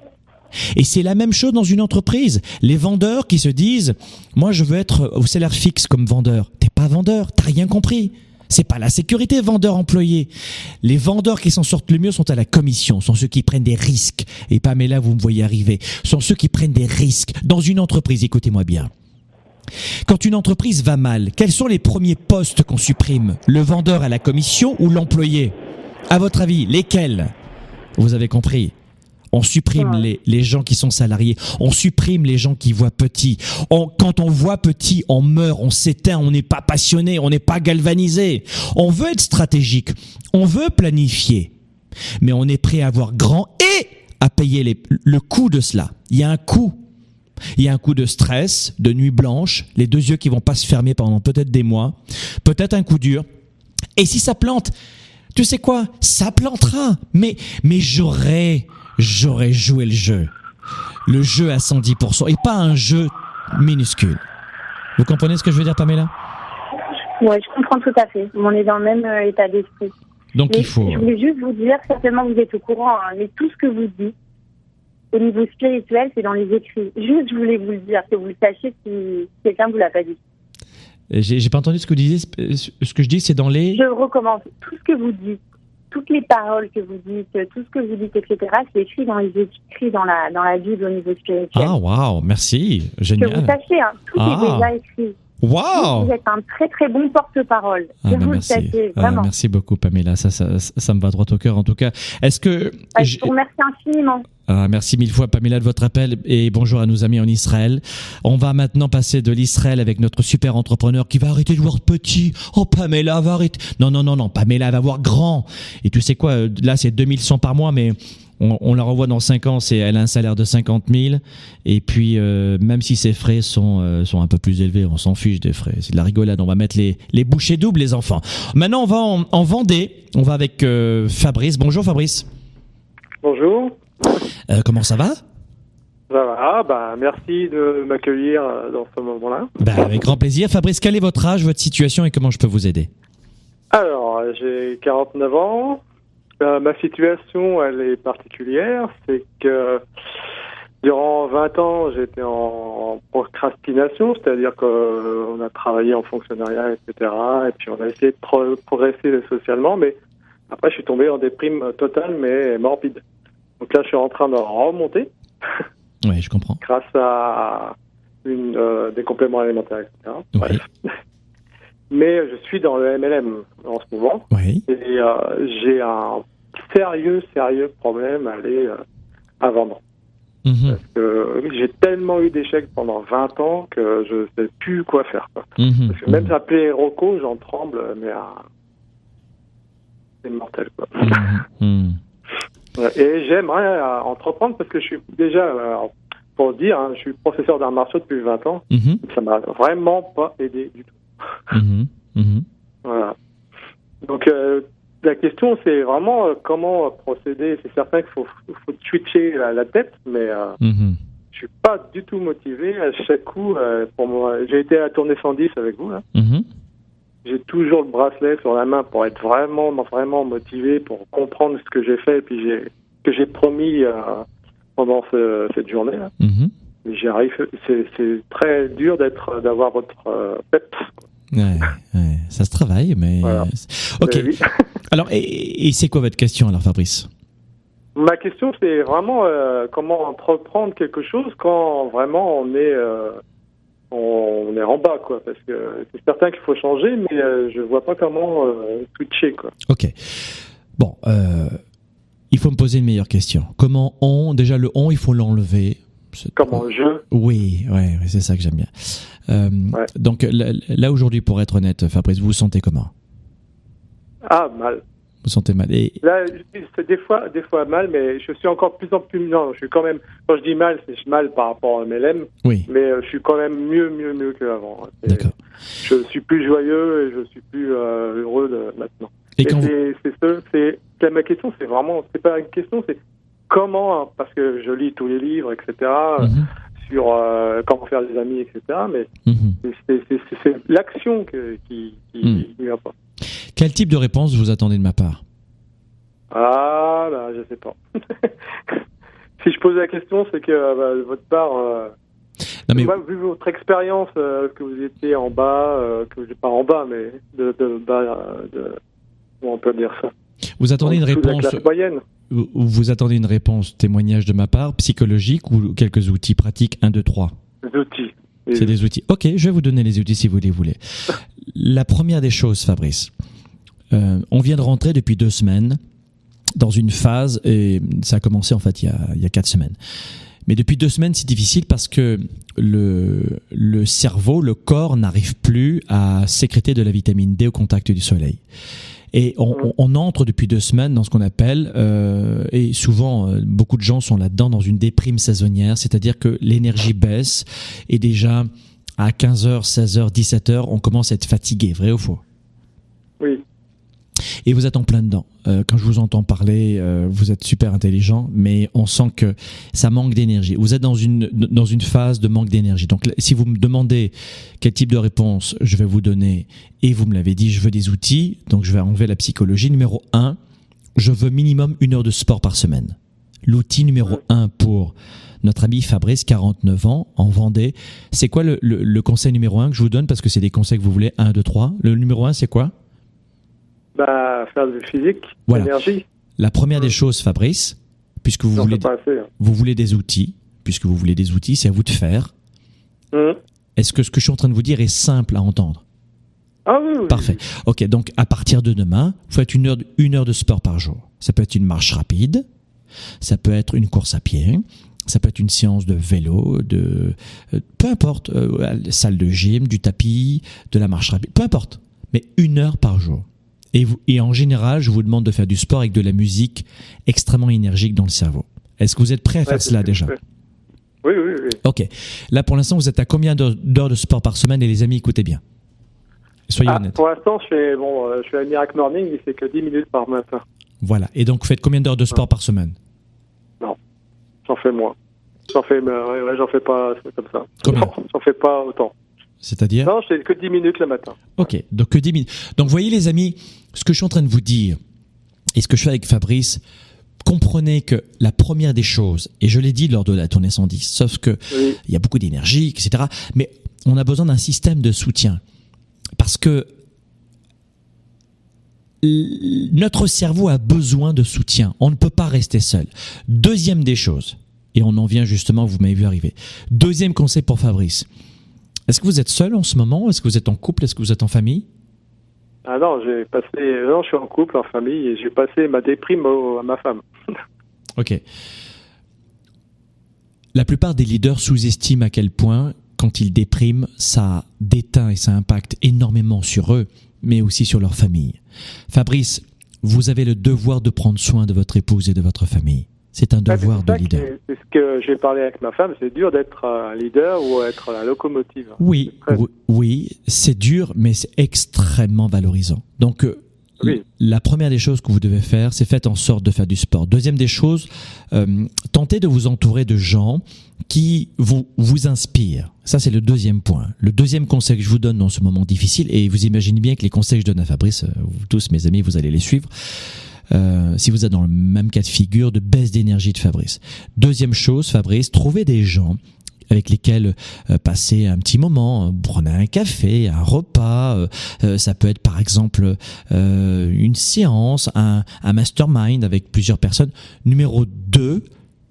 Et c'est la même chose dans une entreprise. Les vendeurs qui se disent, moi je veux être au salaire fixe comme vendeur. T'es pas vendeur, t'as rien compris. C'est pas la sécurité vendeur-employé. Les vendeurs qui s'en sortent le mieux sont à la commission, sont ceux qui prennent des risques. Et Pamela, vous me voyez arriver, sont ceux qui prennent des risques dans une entreprise. Écoutez-moi bien. Quand une entreprise va mal, quels sont les premiers postes qu'on supprime? Le vendeur à la commission ou l'employé? À votre avis, lesquels? Vous avez compris. On supprime les, les gens qui sont salariés. On supprime les gens qui voient petit. On, quand on voit petit, on meurt, on s'éteint, on n'est pas passionné, on n'est pas galvanisé. On veut être stratégique. On veut planifier. Mais on est prêt à voir grand et à payer les, le coût de cela. Il y a un coût. Il y a un coup de stress, de nuit blanche, les deux yeux qui vont pas se fermer pendant peut-être des mois, peut-être un coup dur. Et si ça plante, tu sais quoi? Ça plantera. Mais, mais j'aurais, j'aurais joué le jeu. Le jeu à cent dix pour cent et pas un jeu minuscule. Vous comprenez ce que je veux dire, Pamela? Oui, je comprends tout à fait. On est dans le même euh, état d'esprit. Donc mais il faut... Je voulais juste vous dire, certainement vous êtes au courant, hein, mais tout ce que vous dites, au niveau spirituel, c'est dans les écrits. Juste, je voulais vous le dire, que vous le sachiez si quelqu'un ne vous l'a pas dit. J'ai, j'ai pas entendu ce que vous disiez. Ce que je dis, c'est dans les... Je recommence. Tout ce que vous dites, toutes les paroles que vous dites, tout ce que vous dites, et cetera, c'est écrit dans les écrits dans la, dans la Bible au niveau spirituel. Ah, waouh, merci. Génial. Que vous sachiez, hein, tout ah. est déjà écrit. Waouh! Vous êtes un très très bon porte-parole. Ah, Je bah vous merci. le sais, vraiment. Ah, merci beaucoup, Pamela. Ça, ça, ça me va droit au cœur. En tout cas, est-ce que Ah, je vous remercie infiniment. Ah, merci mille fois, Pamela, de votre appel et bonjour à nos amis en Israël. On va maintenant passer de l'Israël avec notre super entrepreneur qui va arrêter de voir petit. Oh, Pamela va arrêter. Non, non, non, non. Pamela va voir grand. Et tu sais quoi? Là, c'est deux mille cent par mois, mais on, on la revoit dans cinq ans. C'est, elle a un salaire de cinquante mille. Et puis, euh, même si ses frais sont, euh, sont un peu plus élevés, on s'en fiche des frais. C'est de la rigolade. On va mettre les, les bouchées doubles, les enfants. Maintenant, on va en, en Vendée. On va avec euh, Fabrice. Bonjour, Fabrice. Bonjour. Euh, comment ça va? Ça va, bah, merci de m'accueillir dans ce moment-là. Bah, avec grand plaisir. Fabrice, quel est votre âge, votre situation et comment je peux vous aider? Alors, j'ai quarante-neuf ans. Euh, ma situation, elle est particulière. C'est que durant vingt ans, j'étais en procrastination, c'est-à-dire qu'on a travaillé en fonctionnariat, et cetera. Et puis, on a essayé de pro- progresser socialement, mais après, je suis tombé en déprime totale, mais morbide. Donc là, je suis en train de remonter. Oui, je comprends. Grâce à une, euh, des compléments alimentaires, et cetera. Oui. Bref. Mais je suis dans le M L M en ce moment. Oui. Et euh, j'ai un sérieux, sérieux problème à aller euh, à vendre. Mm-hmm. Parce que j'ai tellement eu d'échecs pendant vingt ans que je ne sais plus quoi faire. Quoi. Mm-hmm. Parce que même s'appeler Rocco, j'en tremble, mais euh, c'est mortel. Quoi. Mm-hmm. Et j'aimerais euh, entreprendre parce que je suis déjà, euh, pour dire, hein, je suis professeur d'arts martiaux depuis vingt ans. Mm-hmm. Ça m'a vraiment pas aidé du tout. Mm-hmm. Mm-hmm. Voilà. Donc euh, la question c'est vraiment euh, comment procéder. C'est certain qu'il faut, faut switcher la, la tête, mais euh, Mm-hmm. je suis pas du tout motivé. À chaque coup, euh, pour moi, j'ai été à la tournée cent dix avec vous. Là. Mm-hmm. J'ai toujours le bracelet sur la main pour être vraiment, vraiment motivé, pour comprendre ce que j'ai fait et puis j'ai, que j'ai promis euh, pendant ce, cette journée. Là. Mm-hmm. Mais j'y arrive. C'est, c'est très dur d'être, d'avoir votre euh, pep. Ouais, ouais, ça se travaille, mais Voilà. ok. Euh, oui. Alors, et, et c'est quoi votre question alors, Fabrice? Ma question, c'est vraiment euh, comment entreprendre quelque chose quand vraiment on est euh, on est en bas, quoi. Parce que c'est certain qu'il faut changer, mais euh, je vois pas comment euh, switcher, quoi. Ok. Bon, euh, il faut me poser une meilleure question. Comment on, déjà le on, il faut l'enlever. C'est- Comment je Oui, ouais, ouais, c'est ça que j'aime bien. Euh, Ouais. Donc là, là, aujourd'hui, pour être honnête, Fabrice, vous vous sentez comment? Ah, mal. Vous vous sentez mal? Et Là, c'est des fois, des fois mal, mais je suis encore de plus en plus. Non, je suis quand même. Quand je dis mal, c'est mal par rapport à M L M, oui, mais euh, je suis quand même mieux, mieux, mieux qu'avant. Et d'accord. Je suis plus joyeux et je suis plus euh, heureux de, maintenant. Et Et quand vous... c'est, c'est ce, c'est, c'est ma question, c'est vraiment, c'est pas une question, c'est comment, parce que je lis tous les livres, et cetera, Mhm, sur euh, comment faire des amis, et cetera. Mais mhm. c'est, c'est, c'est, c'est, c'est l'action que, qui, qui, Mm. qui va pas. Quel type de réponse vous attendez de ma part? Ah, là, je sais pas. Si je pose la question, c'est que bah, de votre part, euh, Non mais moi, vu votre expérience, euh, que vous étiez en bas, euh, que vous pas en bas, mais de, de bas, euh, de, comment on peut dire ça? vous attendez une En dessous de la réponse, classe moyenne. vous, vous attendez une réponse témoignage de ma part, psychologique ou quelques outils pratiques, un, deux, trois? Des outils. C'est des outils. Ok, je vais vous donner les outils si vous les voulez. La première des choses, Fabrice, euh, on vient de rentrer depuis deux semaines dans une phase, et ça a commencé en fait il y a, il y a quatre semaines. Mais depuis deux semaines, c'est difficile parce que le, le cerveau, le corps n'arrive plus à sécréter de la vitamine D au contact du soleil. Et on, on, on entre depuis deux semaines dans ce qu'on appelle, euh, et souvent euh, beaucoup de gens sont là-dedans, dans une déprime saisonnière, c'est-à-dire que l'énergie baisse et déjà à quinze heures, seize heures, dix-sept heures, on commence à être fatigué, vrai ou faux? Oui. Et vous êtes en plein dedans. Euh, quand je vous entends parler, euh, vous êtes super intelligent, mais on sent que ça manque d'énergie. Vous êtes dans une dans une phase de manque d'énergie. Donc, si vous me demandez quel type de réponse je vais vous donner, et vous me l'avez dit, je veux des outils, donc je vais enlever la psychologie. Numéro un, je veux minimum une heure de sport par semaine. L'outil numéro un pour notre ami Fabrice, quarante-neuf ans, en Vendée. C'est quoi le, le, le conseil numéro un que je vous donne, parce que c'est des conseils que vous voulez, un, deux, trois. Le numéro un, c'est quoi? Bah, faire du physique, Voilà. l'énergie. La première des choses, Fabrice, puisque vous Non, voulez, c'est pas assez. Hein. vous voulez des outils, puisque vous voulez des outils, c'est à vous de faire. Mmh. Est-ce que ce que je suis en train de vous dire est simple à entendre? Ah oui, oui. Parfait. Ok, donc à partir de demain, vous faites une heure, de, une heure de sport par jour. Ça peut être une marche rapide, ça peut être une course à pied, ça peut être une séance de vélo, de euh, peu importe, euh, salle de gym, du tapis, de la marche rapide, peu importe, mais une heure par jour. Et, vous, et en général, je vous demande de faire du sport avec de la musique extrêmement énergique dans le cerveau. Est-ce que vous êtes prêt à faire ouais, cela déjà? Oui, oui, oui. Ok. Là, pour l'instant, vous êtes à combien d'heures, d'heures de sport par semaine? Et les amis, écoutez bien. Soyez ah, honnêtes. Pour l'instant, je fais, bon, euh, je fais un Miracle Morning, il fait que dix minutes par matin. Voilà. Et donc, vous faites combien d'heures de sport ouais. par semaine? Non, j'en fais moins. J'en fais, mais, ouais, ouais, j'en fais pas comme ça. Combien? Non, j'en fais pas autant. C'est-à-dire? Non, je fais que dix minutes le matin. Ok, donc que dix minutes. Donc, voyez les amis, ce que je suis en train de vous dire, et ce que je fais avec Fabrice, comprenez que la première des choses, et je l'ai dit lors de la tournée cent dix, sauf que oui. il y a beaucoup d'énergie, et cetera, mais on a besoin d'un système de soutien. Parce que notre cerveau a besoin de soutien. On ne peut pas rester seul. Deuxième des choses, et on en vient justement, vous m'avez vu arriver. Deuxième conseil pour Fabrice. Est-ce que vous êtes seul en ce moment? Est-ce que vous êtes en couple? Est-ce que vous êtes en famille? Ah non, j'ai passé, non, je suis en couple, en famille, et j'ai passé ma déprime au, à ma femme. Ok. La plupart des leaders sous-estiment à quel point, quand ils dépriment, ça déteint et ça impacte énormément sur eux, mais aussi sur leur famille. Fabrice, vous avez le devoir de prendre soin de votre épouse et de votre famille. C'est un devoir ah, c'est de leader. C'est ce que j'ai parlé avec ma femme, c'est dur d'être un leader ou être la locomotive. Oui, très... oui, oui, c'est dur, mais c'est extrêmement valorisant. Donc, oui. La première des choses que vous devez faire, c'est faites en sorte de faire du sport. Deuxième des choses, euh, tentez de vous entourer de gens qui vous, vous inspirent. Ça, c'est le deuxième point. Le deuxième conseil que je vous donne dans ce moment difficile, et vous imaginez bien que les conseils que je donne à Fabrice, vous tous, mes amis, vous allez les suivre, euh, si vous êtes dans le même cas de figure de baisse d'énergie de Fabrice. Deuxième chose, Fabrice, trouvez des gens avec lesquels euh, passer un petit moment, prenez un café, un repas, euh, euh, ça peut être par exemple euh, une séance, un, un mastermind avec plusieurs personnes. Numéro deux,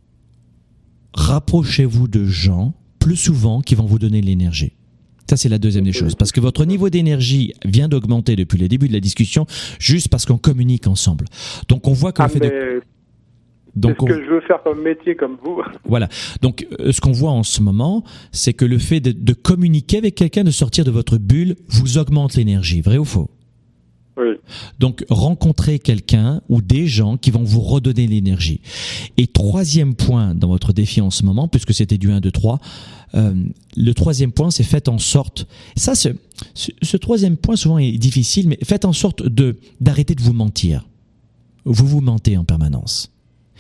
rapprochez-vous de gens plus souvent qui vont vous donner de l'énergie. Ça, c'est la deuxième des choses. Parce que votre niveau d'énergie vient d'augmenter depuis le début de la discussion, juste parce qu'on communique ensemble. Donc, on voit que ah, le fait mais... de... Donc, c'est ce on... que je veux faire comme métier, comme vous. Voilà. Donc, euh, ce qu'on voit en ce moment, c'est que le fait de, de communiquer avec quelqu'un, de sortir de votre bulle, vous augmente l'énergie. Vrai ou faux? Oui. Donc, rencontrez quelqu'un ou des gens qui vont vous redonner l'énergie. Et troisième point dans votre défi en ce moment, puisque c'était du un, deux, trois, euh, le troisième point, c'est faites en sorte... Ça, ce, ce, ce troisième point, souvent, est difficile, mais faites en sorte de d'arrêter de vous mentir. Vous vous mentez en permanence.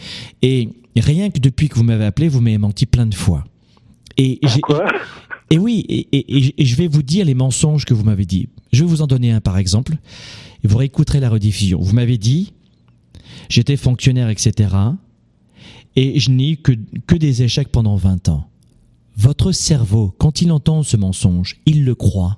Et rien que depuis que vous m'avez appelé, vous m'avez menti plein de fois. Et j'ai, Quoi? Et oui, et, et, et je vais vous dire les mensonges que vous m'avez dit. Je vais vous en donner un par exemple, et vous réécouterez la rediffusion. Vous m'avez dit, j'étais fonctionnaire, et cetera, et je n'ai eu que, que des échecs pendant vingt ans. Votre cerveau, quand il entend ce mensonge, il le croit.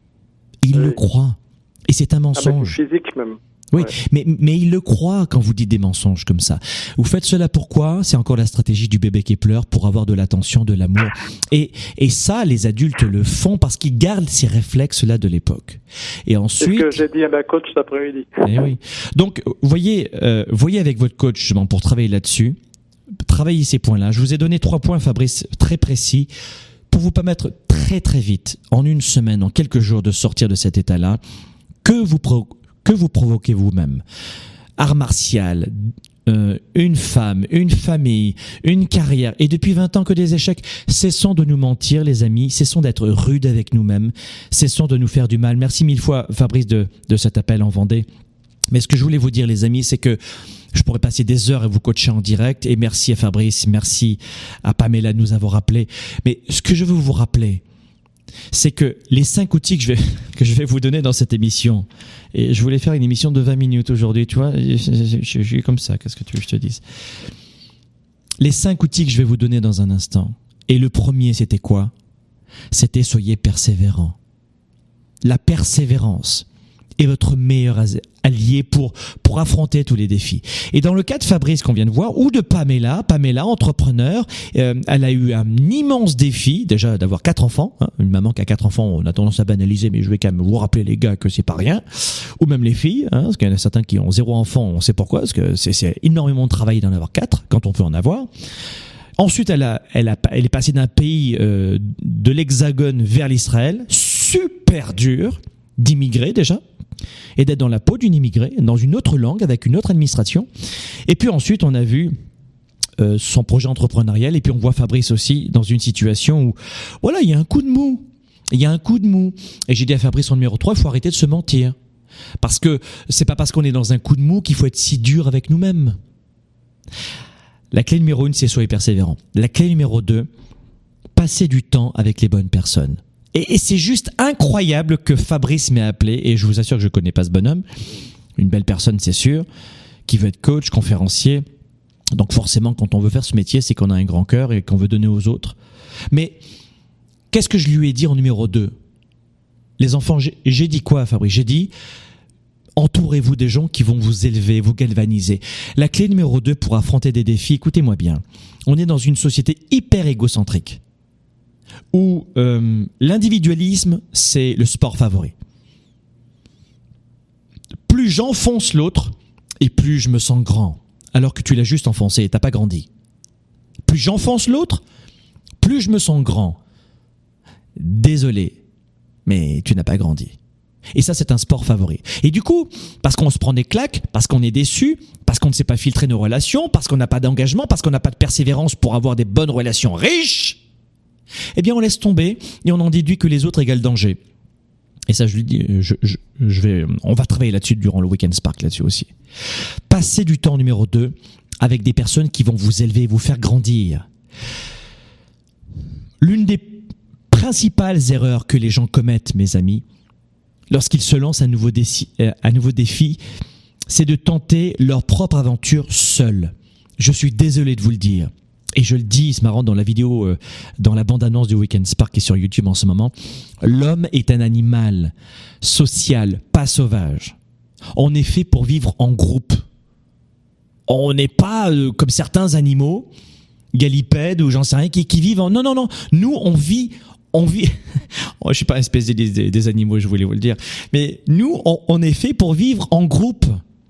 Il oui. le croit. Et c'est un mensonge. Ah bah c'est physique même. Oui, ouais. mais, mais il le croit quand vous dites des mensonges comme ça. Vous faites cela pourquoi? C'est encore la stratégie du bébé qui pleure pour avoir de l'attention, de l'amour. Et, et ça, les adultes le font parce qu'ils gardent ces réflexes-là de l'époque. Et ensuite... C'est ce que j'ai dit à ma coach cet après-midi. Eh oui. Donc, voyez, euh, voyez avec votre coach justement pour travailler là-dessus. Travaillez ces points-là. Je vous ai donné trois points, Fabrice, très précis pour vous permettre très très vite, en une semaine, en quelques jours, de sortir de cet état-là. Que vous pro- que vous provoquez vous-même. Art martial, euh, une femme, une famille, une carrière, et depuis vingt ans que des échecs. Cessons de nous mentir, les amis, cessons d'être rudes avec nous-mêmes, cessons de nous faire du mal. Merci mille fois, Fabrice, de, de cet appel en Vendée. Mais ce que je voulais vous dire, les amis, c'est que je pourrais passer des heures à vous coacher en direct, et merci à Fabrice, merci à Pamela de nous avoir rappelé. Mais ce que je veux vous rappeler, c'est que les cinq outils que je vais, que je vais vous donner dans cette émission, et je voulais faire une émission de vingt minutes aujourd'hui, tu vois, je, je, je, je suis comme ça, qu'est-ce que tu veux que je te dise? Les cinq outils que je vais vous donner dans un instant, et le premier, c'était quoi? C'était soyez persévérants. La persévérance. est votre meilleur allié pour pour affronter tous les défis. Et dans le cas de Fabrice qu'on vient de voir, ou de Pamela, Pamela, entrepreneur, euh, elle a eu un immense défi, déjà d'avoir quatre enfants. Hein, une maman qui a quatre enfants, on a tendance à banaliser, mais je vais quand même vous rappeler les gars que c'est pas rien. Ou même les filles, hein, parce qu'il y en a certains qui ont zéro enfant, on sait pourquoi, parce que c'est, c'est énormément de travail d'en avoir quatre, quand on peut en avoir. Ensuite, elle a, elle a, elle est passée d'un pays euh, de l'Hexagone vers l'Israël, super dur d'immigrer déjà, et d'être dans la peau d'une immigrée, dans une autre langue, avec une autre administration. Et puis ensuite, on a vu euh, son projet entrepreneurial, et puis on voit Fabrice aussi dans une situation où, voilà, il y a un coup de mou. Il y a un coup de mou. Et j'ai dit à Fabrice en numéro trois, il faut arrêter de se mentir. Parce que c'est pas parce qu'on est dans un coup de mou qu'il faut être si dur avec nous-mêmes. La clé numéro une, c'est soyez persévérant. La clé numéro deux, passez du temps avec les bonnes personnes. Et, et c'est juste incroyable que Fabrice m'ait appelé, et je vous assure que je connais pas ce bonhomme, une belle personne c'est sûr, qui veut être coach, conférencier. Donc forcément, quand on veut faire ce métier, c'est qu'on a un grand cœur et qu'on veut donner aux autres. Mais qu'est-ce que je lui ai dit en numéro deux? Les enfants, j'ai, j'ai dit quoi à Fabrice? J'ai dit, entourez-vous des gens qui vont vous élever, vous galvaniser. La clé numéro deux pour affronter des défis, écoutez-moi bien, on est dans une société hyper égocentrique, où euh, l'individualisme, c'est le sport favori. Plus j'enfonce l'autre, et plus je me sens grand, alors que tu l'as juste enfoncé et t'as pas grandi. Plus j'enfonce l'autre, plus je me sens grand. Désolé, mais tu n'as pas grandi. Et ça, c'est un sport favori. Et du coup, parce qu'on se prend des claques, parce qu'on est déçu, parce qu'on ne sait pas filtrer nos relations, parce qu'on n'a pas d'engagement, parce qu'on n'a pas de persévérance pour avoir des bonnes relations riches, eh bien, on laisse tomber et on en déduit que les autres égale danger. Et ça, je lui dis, je, je, je vais, on va travailler là-dessus durant le Weekend Spark là-dessus aussi. Passez du temps numéro deux avec des personnes qui vont vous élever, vous faire grandir. L'une des principales erreurs que les gens commettent, mes amis, lorsqu'ils se lancent un nouveau défi, un nouveau défi, c'est de tenter leur propre aventure seuls. Je suis désolé de vous le dire. Et je le dis, c'est marrant, dans la vidéo, euh, dans la bande-annonce du Weekend Spark qui est sur YouTube en ce moment, l'homme est un animal social, pas sauvage. On est fait pour vivre en groupe. On n'est pas euh, comme certains animaux, galipèdes ou j'en sais rien, qui, qui vivent en... Non, non, non. Nous, on vit... On vit... oh, je suis pas un spécialiste des, des animaux, je voulais vous le dire. Mais nous, on, on est fait pour vivre en groupe.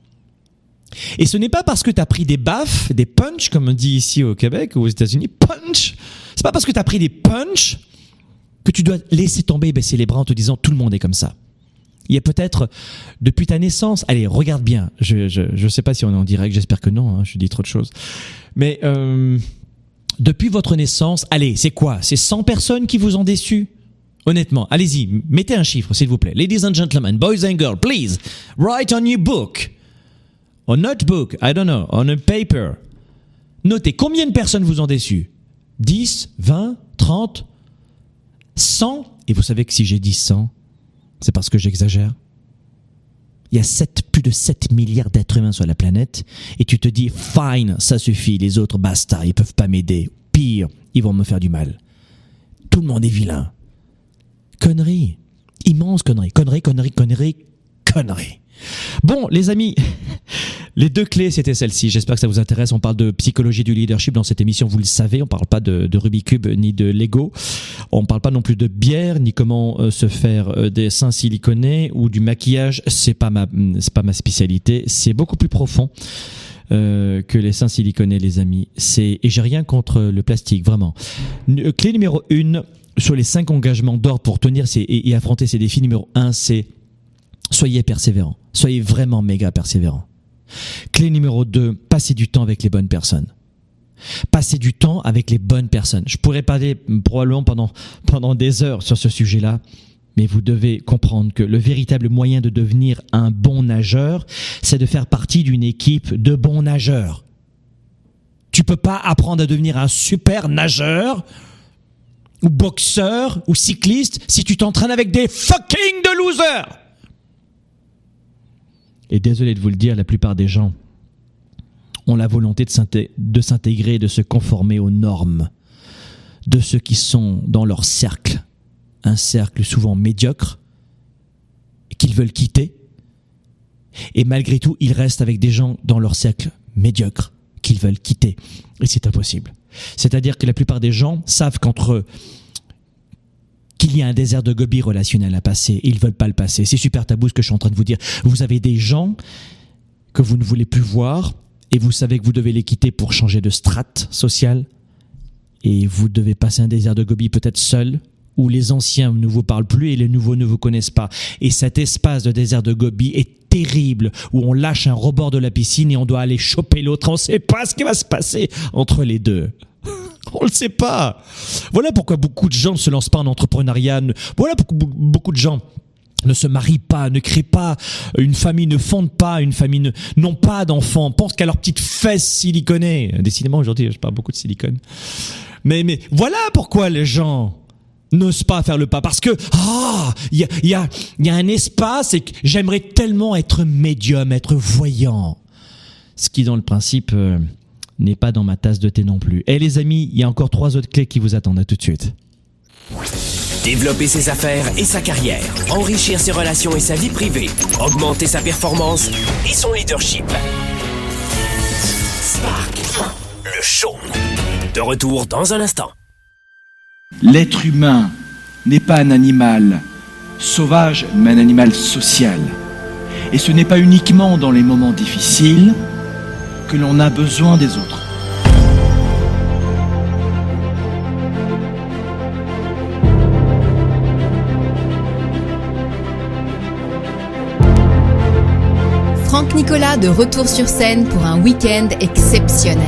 Et ce n'est pas parce que tu as pris des baffes, des punch, comme on dit ici au Québec ou aux États-Unis, punch. C'est pas parce que tu as pris des punch que tu dois laisser tomber et baisser les bras en te disant tout le monde est comme ça. Il y a peut-être, depuis ta naissance, allez, regarde bien, je je je sais pas si on est en direct, j'espère que non, hein, je dis trop de choses. Mais euh, depuis votre naissance, allez, c'est quoi? C'est cent personnes qui vous ont déçu? Honnêtement, allez-y, mettez un chiffre, s'il vous plaît. Ladies and gentlemen, boys and girls, please, write on your book. On notebook, I don't know, on a paper. Notez combien de personnes vous ont déçu. dix, vingt, trente, cent. Et vous savez que si j'ai dit cent, c'est parce que j'exagère. Il y a sept, plus de sept milliards d'êtres humains sur la planète. Et tu te dis, fine, ça suffit, les autres, basta, ils peuvent pas m'aider. Pire, ils vont me faire du mal. Tout le monde est vilain. Connerie. Immense connerie. Connerie, connerie, connerie, connerie. Bon, les amis, les deux clés, c'était celles-ci. J'espère que ça vous intéresse. On parle de psychologie du leadership dans cette émission, vous le savez. On parle pas de, de Rubik's Cube ni de Lego. On parle pas non plus de bière, ni comment euh, se faire euh, des seins siliconés ou du maquillage. C'est pas ma, c'est pas ma spécialité. C'est beaucoup plus profond euh, que les seins siliconés, les amis. C'est, et j'ai rien contre le plastique, vraiment. N- clé numéro une, sur les cinq engagements d'or pour tenir ces, et, et affronter ces défis. Numéro un, c'est soyez persévérants. Soyez vraiment méga persévérants. Clé numéro deux, passez du temps avec les bonnes personnes. Passez du temps avec les bonnes personnes. Je pourrais parler probablement pendant, pendant des heures sur ce sujet-là, mais vous devez comprendre que le véritable moyen de devenir un bon nageur, c'est de faire partie d'une équipe de bons nageurs. Tu peux pas apprendre à devenir un super nageur ou boxeur ou cycliste si tu t'entraînes avec des fucking de losers. Et désolé de vous le dire, la plupart des gens ont la volonté de, s'inté- de s'intégrer, de se conformer aux normes de ceux qui sont dans leur cercle, un cercle souvent médiocre, et qu'ils veulent quitter Et malgré tout, ils restent avec des gens dans leur cercle médiocre qu'ils veulent quitter. Et c'est impossible. C'est-à-dire que la plupart des gens savent qu'entre eux, qu'il y a un désert de Gobi relationnel à passer et ils veulent pas le passer. C'est super tabou ce que je suis en train de vous dire. Vous avez des gens que vous ne voulez plus voir et vous savez que vous devez les quitter pour changer de strate sociale et vous devez passer un désert de Gobi peut-être seul, où les anciens ne vous parlent plus et les nouveaux ne vous connaissent pas. Et cet espace de désert de Gobi est terrible, où on lâche un rebord de la piscine et on doit aller choper l'autre. On ne sait pas ce qui va se passer entre les deux. On ne le sait pas. Voilà pourquoi beaucoup de gens ne se lancent pas en entrepreneuriat. Voilà pourquoi beaucoup de gens ne se marient pas, ne créent pas une famille, ne fondent pas une famille, ne, n'ont pas d'enfants, pensent qu'à leurs petites fesses siliconées. Décidément, aujourd'hui, je parle beaucoup de silicone. Mais, mais voilà pourquoi les gens n'ose pas faire le pas, parce que ah, il y a, y a, y a un espace et que j'aimerais tellement être médium, être voyant, ce qui dans le principe euh, n'est pas dans ma tasse de thé non plus. Et les amis, il y a encore trois autres clés qui vous attendent. À tout de suite. Développer ses affaires et sa carrière, enrichir ses relations et sa vie privée, augmenter sa performance et son leadership. Spark, le show. De retour dans un instant. L'être humain n'est pas un animal sauvage, mais un animal social. Et ce n'est pas uniquement dans les moments difficiles que l'on a besoin des autres. Franck Nicolas de retour sur scène pour un week-end exceptionnel.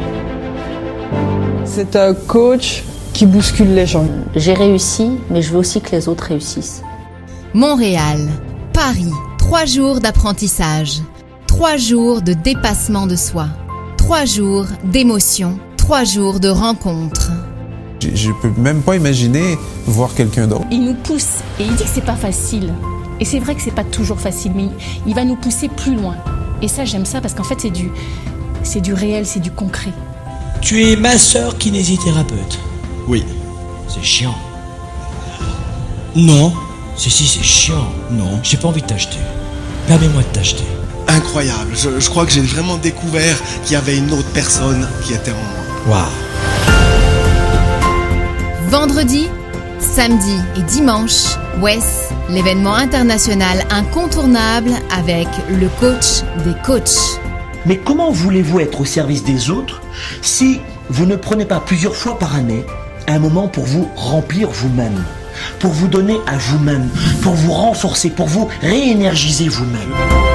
C'est un coach qui bouscule les gens. J'ai réussi, mais je veux aussi que les autres réussissent. Montréal, Paris, trois jours d'apprentissage, trois jours de dépassement de soi, trois jours d'émotion, trois jours de rencontres. Je, je peux même pas imaginer voir quelqu'un d'autre. Il nous pousse et il dit que c'est pas facile. Et c'est vrai que c'est pas toujours facile, mais il va nous pousser plus loin. Et ça, j'aime ça parce qu'en fait, c'est du, c'est du réel, c'est du concret. Tu es masseur kinésithérapeute. Oui. C'est chiant. Non. Si, si, c'est chiant. Non. J'ai pas envie de t'acheter. Permets-moi de t'acheter. Incroyable. Je, je crois que j'ai vraiment découvert qu'il y avait une autre personne qui était en moi. Waouh. Vendredi, samedi et dimanche, W E S, l'événement international incontournable avec le coach des coachs. Mais comment voulez-vous être au service des autres si vous ne prenez pas plusieurs fois par année un moment pour vous remplir vous-même, pour vous donner à vous-même, pour vous renforcer, pour vous réénergiser vous-même?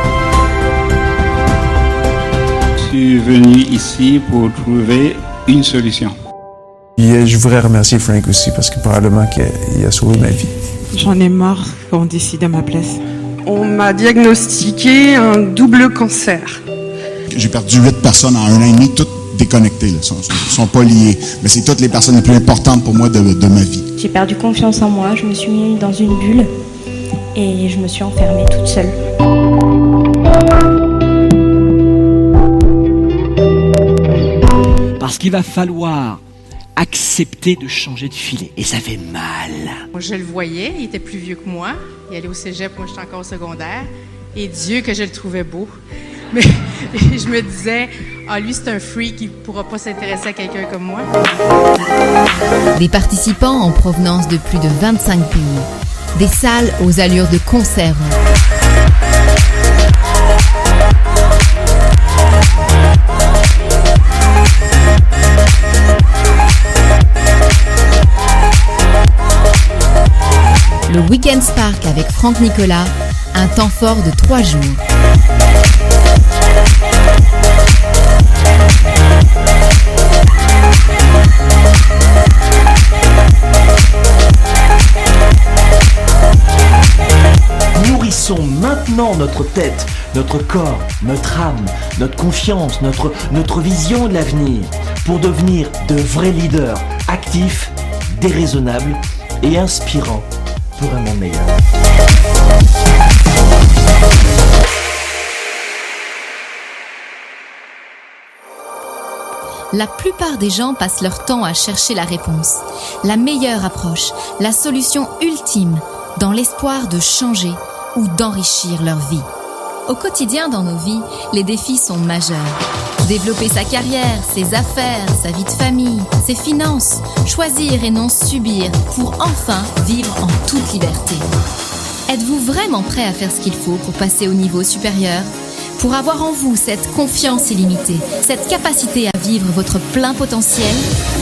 Je suis venu ici pour trouver une solution. Et je voudrais remercier Frank aussi parce que probablement qu'il a sauvé ma vie. J'en ai marre qu'on décide à ma place. On m'a diagnostiqué un double cancer. J'ai perdu huit personnes en un an et demi, toutes déconnectées, ne sont, sont pas liées. Mais c'est toutes les personnes les plus importantes pour moi de, de ma vie. J'ai perdu confiance en moi, je me suis mis dans une bulle et je me suis enfermée toute seule. Parce qu'il va falloir accepter de changer de filet. Et ça fait mal. Je le voyais, il était plus vieux que moi. Il allait au cégep, moi j'étais encore au secondaire. Et Dieu que je le trouvais beau. Mais je me disais, ah lui c'est un freak, il pourra pas s'intéresser à quelqu'un comme moi. Des participants en provenance de plus de vingt-cinq pays. Des salles aux allures de concert. Le Week-end Spark avec Franck Nicolas, un temps fort de trois jours. Nourrissons maintenant notre tête, notre corps, notre âme, notre confiance, notre, notre vision de l'avenir pour devenir de vrais leaders actifs, déraisonnables et inspirants pour un monde meilleur. La plupart des gens passent leur temps à chercher la réponse, la meilleure approche, la solution ultime, dans l'espoir de changer ou d'enrichir leur vie. Au quotidien dans nos vies, les défis sont majeurs. Développer sa carrière, ses affaires, sa vie de famille, ses finances, choisir et non subir pour enfin vivre en toute liberté. Êtes-vous vraiment prêt à faire ce qu'il faut pour passer au niveau supérieur ? Pour avoir en vous cette confiance illimitée, cette capacité à vivre votre plein potentiel ?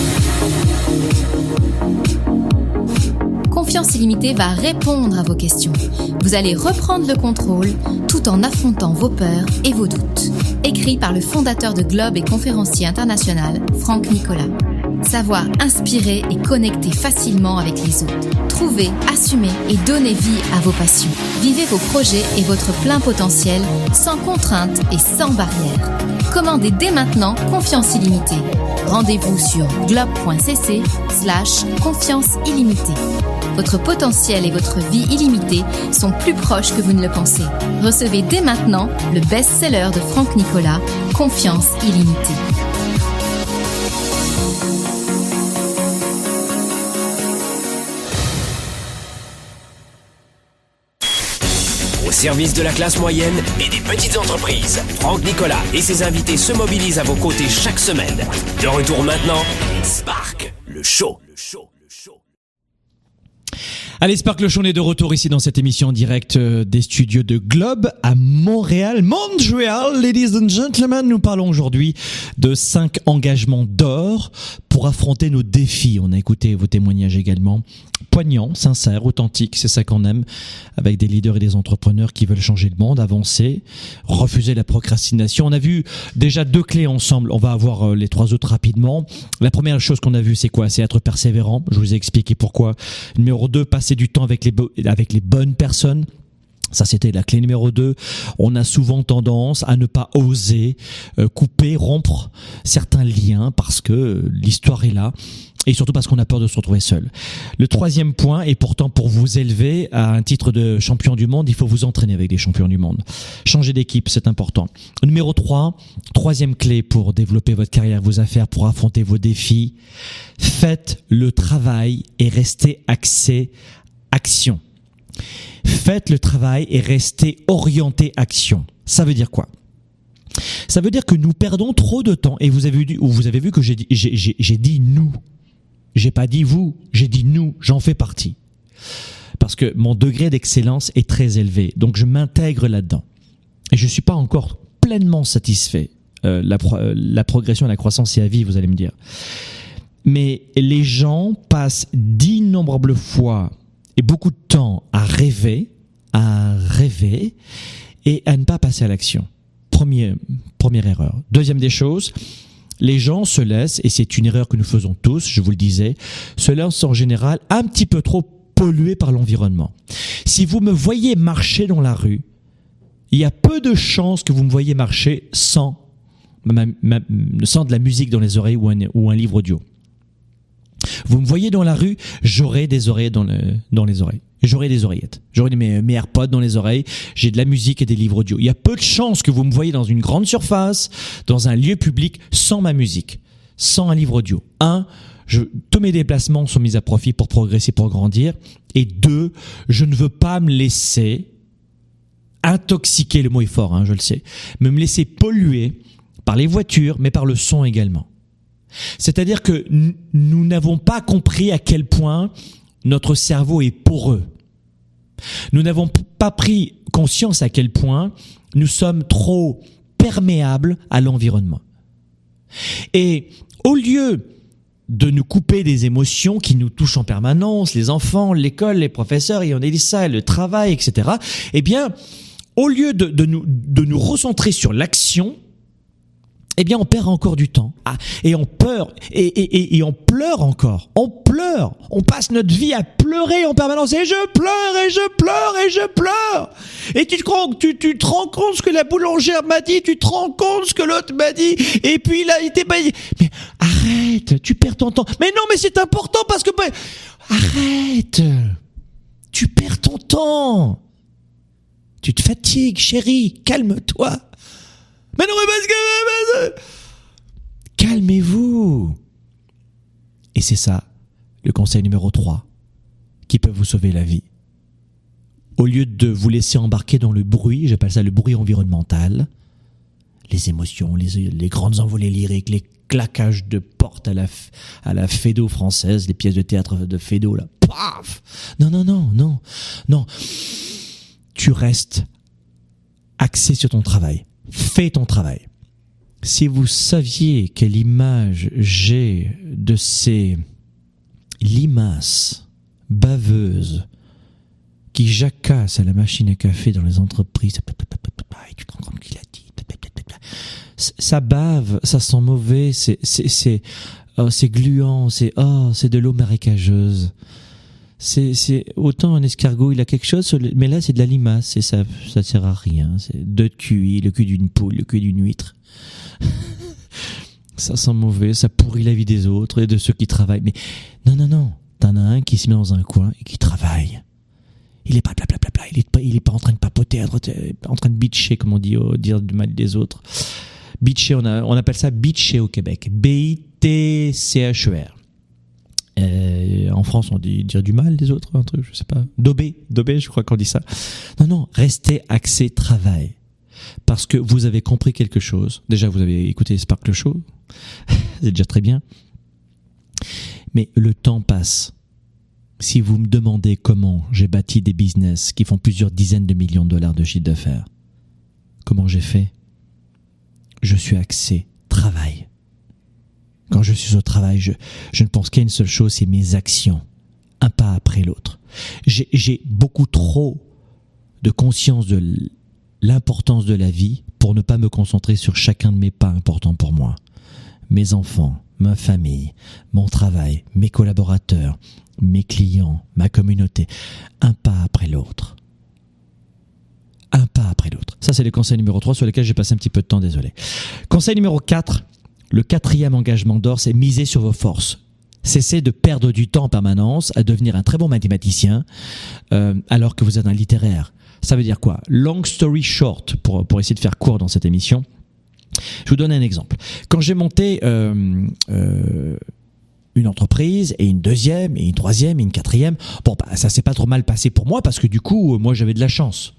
Confiance illimitée va répondre à vos questions. Vous allez reprendre le contrôle tout en affrontant vos peurs et vos doutes. Écrit par le fondateur de Globe et conférencier international, Franck Nicolas. Savoir inspirer et connecter facilement avec les autres. Trouver, assumer et donner vie à vos passions. Vivez vos projets et votre plein potentiel sans contraintes et sans barrières. Commandez dès maintenant Confiance illimitée. Rendez-vous sur globe.cc slash confiance illimitée. Votre potentiel et votre vie illimitée sont plus proches que vous ne le pensez. Recevez dès maintenant le best-seller de Franck Nicolas, Confiance illimitée. Au service de la classe moyenne et des petites entreprises, Franck Nicolas et ses invités se mobilisent à vos côtés chaque semaine. De retour maintenant, Spark, le show. Le show. Allez, Spark le Show, on est de retour ici dans cette émission en direct des studios de Globe à Montréal. Montréal, ladies and gentlemen, nous parlons aujourd'hui de cinq engagements d'or pour affronter nos défis. On a écouté vos témoignages également. Poignants, sincères, authentiques, c'est ça qu'on aime, avec des leaders et des entrepreneurs qui veulent changer le monde, avancer, refuser la procrastination. On a vu déjà deux clés ensemble, on va avoir les trois autres rapidement. La première chose qu'on a vue, c'est quoi ? C'est être persévérant, je vous ai expliqué pourquoi. Numéro deux, passer du temps avec les, bo- avec les bonnes personnes. Ça, c'était la clé numéro deux. On a souvent tendance à ne pas oser euh, couper, rompre certains liens parce que l'histoire est là. Et surtout parce qu'on a peur de se retrouver seul. Le troisième point, et pourtant pour vous élever à un titre de champion du monde, il faut vous entraîner avec des champions du monde. Changer d'équipe, c'est important. Numéro trois, troisième clé pour développer votre carrière, vos affaires, pour affronter vos défis. Faites le travail et restez axé action. Faites le travail et restez orienté action. Ça veut dire quoi ? Ça veut dire que nous perdons trop de temps. Et vous avez vu, vous avez vu que j'ai dit, j'ai, j'ai, j'ai dit nous. J'ai pas dit vous, j'ai dit nous, j'en fais partie. Parce que mon degré d'excellence est très élevé, donc je m'intègre là-dedans. Et je suis pas encore pleinement satisfait. Euh, la, pro- la progression et la croissance, c'est à vie, vous allez me dire. Mais les gens passent d'innombrables fois et beaucoup de temps à rêver, à rêver et à ne pas passer à l'action. Premier, première erreur. Deuxième des choses, les gens se laissent, et c'est une erreur que nous faisons tous, je vous le disais, se laissent en général un petit peu trop pollués par l'environnement. Si vous me voyez marcher dans la rue, il y a peu de chances que vous me voyez marcher sans, ma, ma, sans de la musique dans les oreilles ou un, ou un livre audio. Vous me voyez dans la rue, j'aurai des oreillettes dans, le, dans les oreilles. J'aurai des oreillettes. J'aurai mes, mes AirPods dans les oreilles. J'ai de la musique et des livres audio. Il y a peu de chances que vous me voyez dans une grande surface, dans un lieu public, sans ma musique, sans un livre audio. Un, je, tous mes déplacements sont mis à profit pour progresser, pour grandir. Et deux, je ne veux pas me laisser intoxiquer, le mot est fort, hein, je le sais, mais me laisser polluer par les voitures, mais par le son également. C'est-à-dire que n- nous n'avons pas compris à quel point notre cerveau est poreux. Nous n'avons p- pas pris conscience à quel point nous sommes trop perméables à l'environnement. Et au lieu de nous couper des émotions qui nous touchent en permanence, les enfants, l'école, les professeurs, et on a dit ça, le travail, et cetera, eh bien, au lieu de, de, nous, de nous recentrer sur l'action, eh bien, on perd encore du temps. Ah, et on pleure, et, et, et, et on pleure encore. On pleure. On passe notre vie à pleurer en permanence. Et je pleure, et je pleure, et je pleure. Et tu te rends, tu, tu te rends compte ce que la boulangère m'a dit, tu te rends compte ce que l'autre m'a dit, et puis là, il était pas dit. Mais arrête, tu perds ton temps. Mais non, mais c'est important parce que, bah, arrête. Tu perds ton temps. Tu te fatigues, chérie. Calme-toi. Mais non, mais parce que... Calmez-vous. Et c'est ça, le conseil numéro trois, qui peut vous sauver la vie. Au lieu de vous laisser embarquer dans le bruit, j'appelle ça le bruit environnemental, les émotions, les, les grandes envolées lyriques, les claquages de porte à la, à la Feydeau française, les pièces de théâtre de Feydeau, là, paf! Non, non, non, non, non. Tu restes axé sur ton travail. Fais ton travail. Si vous saviez quelle image j'ai de ces limaces baveuses qui jacassent à la machine à café dans les entreprises, tu te rends compte qu'il a dit, ça bave, ça sent mauvais, c'est c'est c'est oh, c'est gluant, c'est oh, c'est de l'eau marécageuse. C'est c'est autant un escargot, il a quelque chose, mais là c'est de la limace et ça ça sert à rien. C'est deux cuits, le cul d'une poule, le cul d'une huître. Ça sent mauvais, ça pourrit la vie des autres et de ceux qui travaillent. Mais non, non, non. T'en as un qui se met dans un coin et qui travaille. Il est pas blablabla, il est pas, il est pas en train de papoter, en train de bitcher, comme on dit, au, dire du mal des autres. Bitcher, on, a, on appelle ça bitcher au Québec. B I T C H E R. Euh, en France, on dit dire du mal des autres, un truc, je sais pas. Dober, dober, je crois qu'on dit ça. Non, non, restez axé travail. Parce que vous avez compris quelque chose. Déjà, vous avez écouté Sparkle Show. C'est déjà très bien. Mais le temps passe. Si vous me demandez comment j'ai bâti des business qui font plusieurs dizaines de millions de dollars de chiffre d'affaires, comment j'ai fait? Je suis axé travail. Quand je suis au travail, je, je ne pense qu'à une seule chose, c'est mes actions. Un pas après l'autre. J'ai, j'ai beaucoup trop de conscience de l'importance de la vie pour ne pas me concentrer sur chacun de mes pas importants pour moi. Mes enfants, ma famille, mon travail, mes collaborateurs, mes clients, ma communauté. Un pas après l'autre. Un pas après l'autre. Ça, c'est le conseil numéro trois sur lequel j'ai passé un petit peu de temps, désolé. Conseil numéro quatre, le quatrième engagement d'or, c'est miser sur vos forces. Cessez de perdre du temps en permanence à devenir un très bon mathématicien euh, alors que vous êtes un littéraire. Ça veut dire quoi? Long story short, pour, pour essayer de faire court dans cette émission, je vous donne un exemple. Quand j'ai monté euh, euh, une entreprise, et une deuxième, et une troisième, et une quatrième, bon, bah, ça s'est pas trop mal passé pour moi, parce que du coup, moi, j'avais de la chance.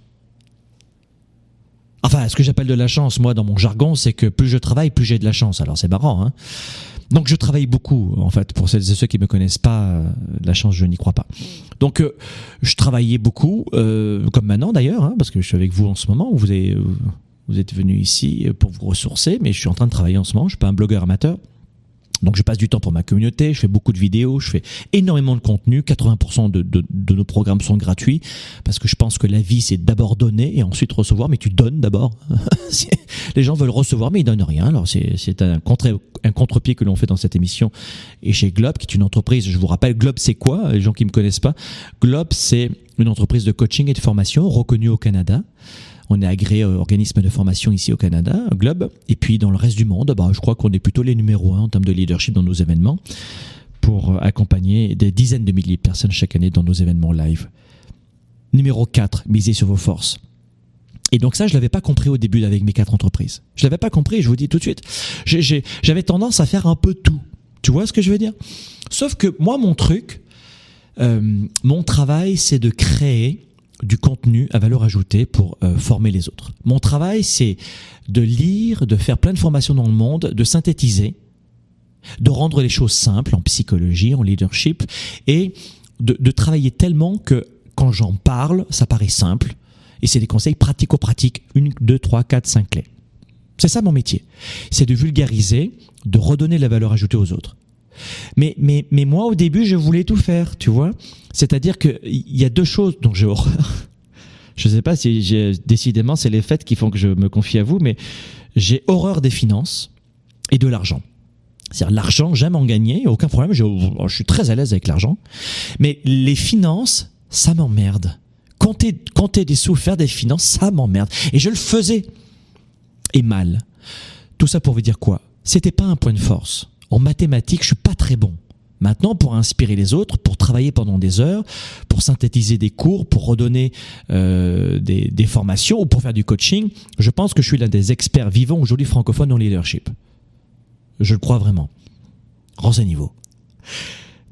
Enfin, ce que j'appelle de la chance, moi, dans mon jargon, c'est que plus je travaille, plus j'ai de la chance. Alors, c'est marrant, hein. Donc, je travaille beaucoup, en fait. Pour celles et ceux qui me connaissent pas, euh, la chance, je n'y crois pas. Donc, euh, je travaillais beaucoup, euh, comme maintenant, d'ailleurs, hein, parce que je suis avec vous en ce moment. Vous avez, vous êtes venu ici pour vous ressourcer, mais je suis en train de travailler en ce moment. Je suis pas un blogueur amateur. Donc, je passe du temps pour ma communauté, je fais beaucoup de vidéos, je fais énormément de contenu. quatre-vingts pour cent de, de, de nos programmes sont gratuits parce que je pense que la vie, c'est d'abord donner et ensuite recevoir. Mais tu donnes d'abord. Les gens veulent recevoir, mais ils donnent rien. Alors, c'est, c'est un, contre, un contre-pied que l'on fait dans cette émission. Et chez Globe, qui est une entreprise, je vous rappelle, Globe, c'est quoi? Les gens qui me connaissent pas. Globe, c'est une entreprise de coaching et de formation reconnue au Canada. On est agréé euh, organisme de formation ici au Canada, Globe. Et puis dans le reste du monde, bah, je crois qu'on est plutôt les numéros un en termes de leadership dans nos événements pour euh, accompagner des dizaines de milliers de personnes chaque année dans nos événements live. Numéro quatre, misez sur vos forces. Et donc ça, je l'avais pas compris au début avec mes quatre entreprises. Je l'avais pas compris, je vous dis tout de suite. J'ai, j'ai, j'avais tendance à faire un peu tout. Tu vois ce que je veux dire? Sauf que moi, mon truc, euh, mon travail, c'est de créer du contenu à valeur ajoutée pour euh, former les autres. Mon travail, c'est de lire, de faire plein de formations dans le monde, de synthétiser, de rendre les choses simples en psychologie, en leadership, et de, de travailler tellement que quand j'en parle, ça paraît simple, et c'est des conseils pratico-pratiques, une, deux, trois, quatre, cinq clés. C'est ça mon métier. C'est de vulgariser, de redonner de la valeur ajoutée aux autres. Mais, mais, mais moi, au début, je voulais tout faire, tu vois. C'est-à-dire que il y a deux choses dont j'ai horreur. Je sais pas si j'ai, décidément, c'est les fêtes qui font que je me confie à vous, mais j'ai horreur des finances et de l'argent. C'est-à-dire, l'argent, j'aime en gagner, aucun problème, je, je suis très à l'aise avec l'argent. Mais les finances, ça m'emmerde. Compter, compter des sous, faire des finances, ça m'emmerde. Et je le faisais. Et mal. Tout ça pour vous dire quoi? C'était pas un point de force. En mathématiques, je suis pas très bon. Maintenant, pour inspirer les autres, pour travailler pendant des heures, pour synthétiser des cours, pour redonner euh, des, des formations ou pour faire du coaching, je pense que je suis l'un des experts vivants aujourd'hui francophones en leadership. Je le crois vraiment. Renseignez-vous.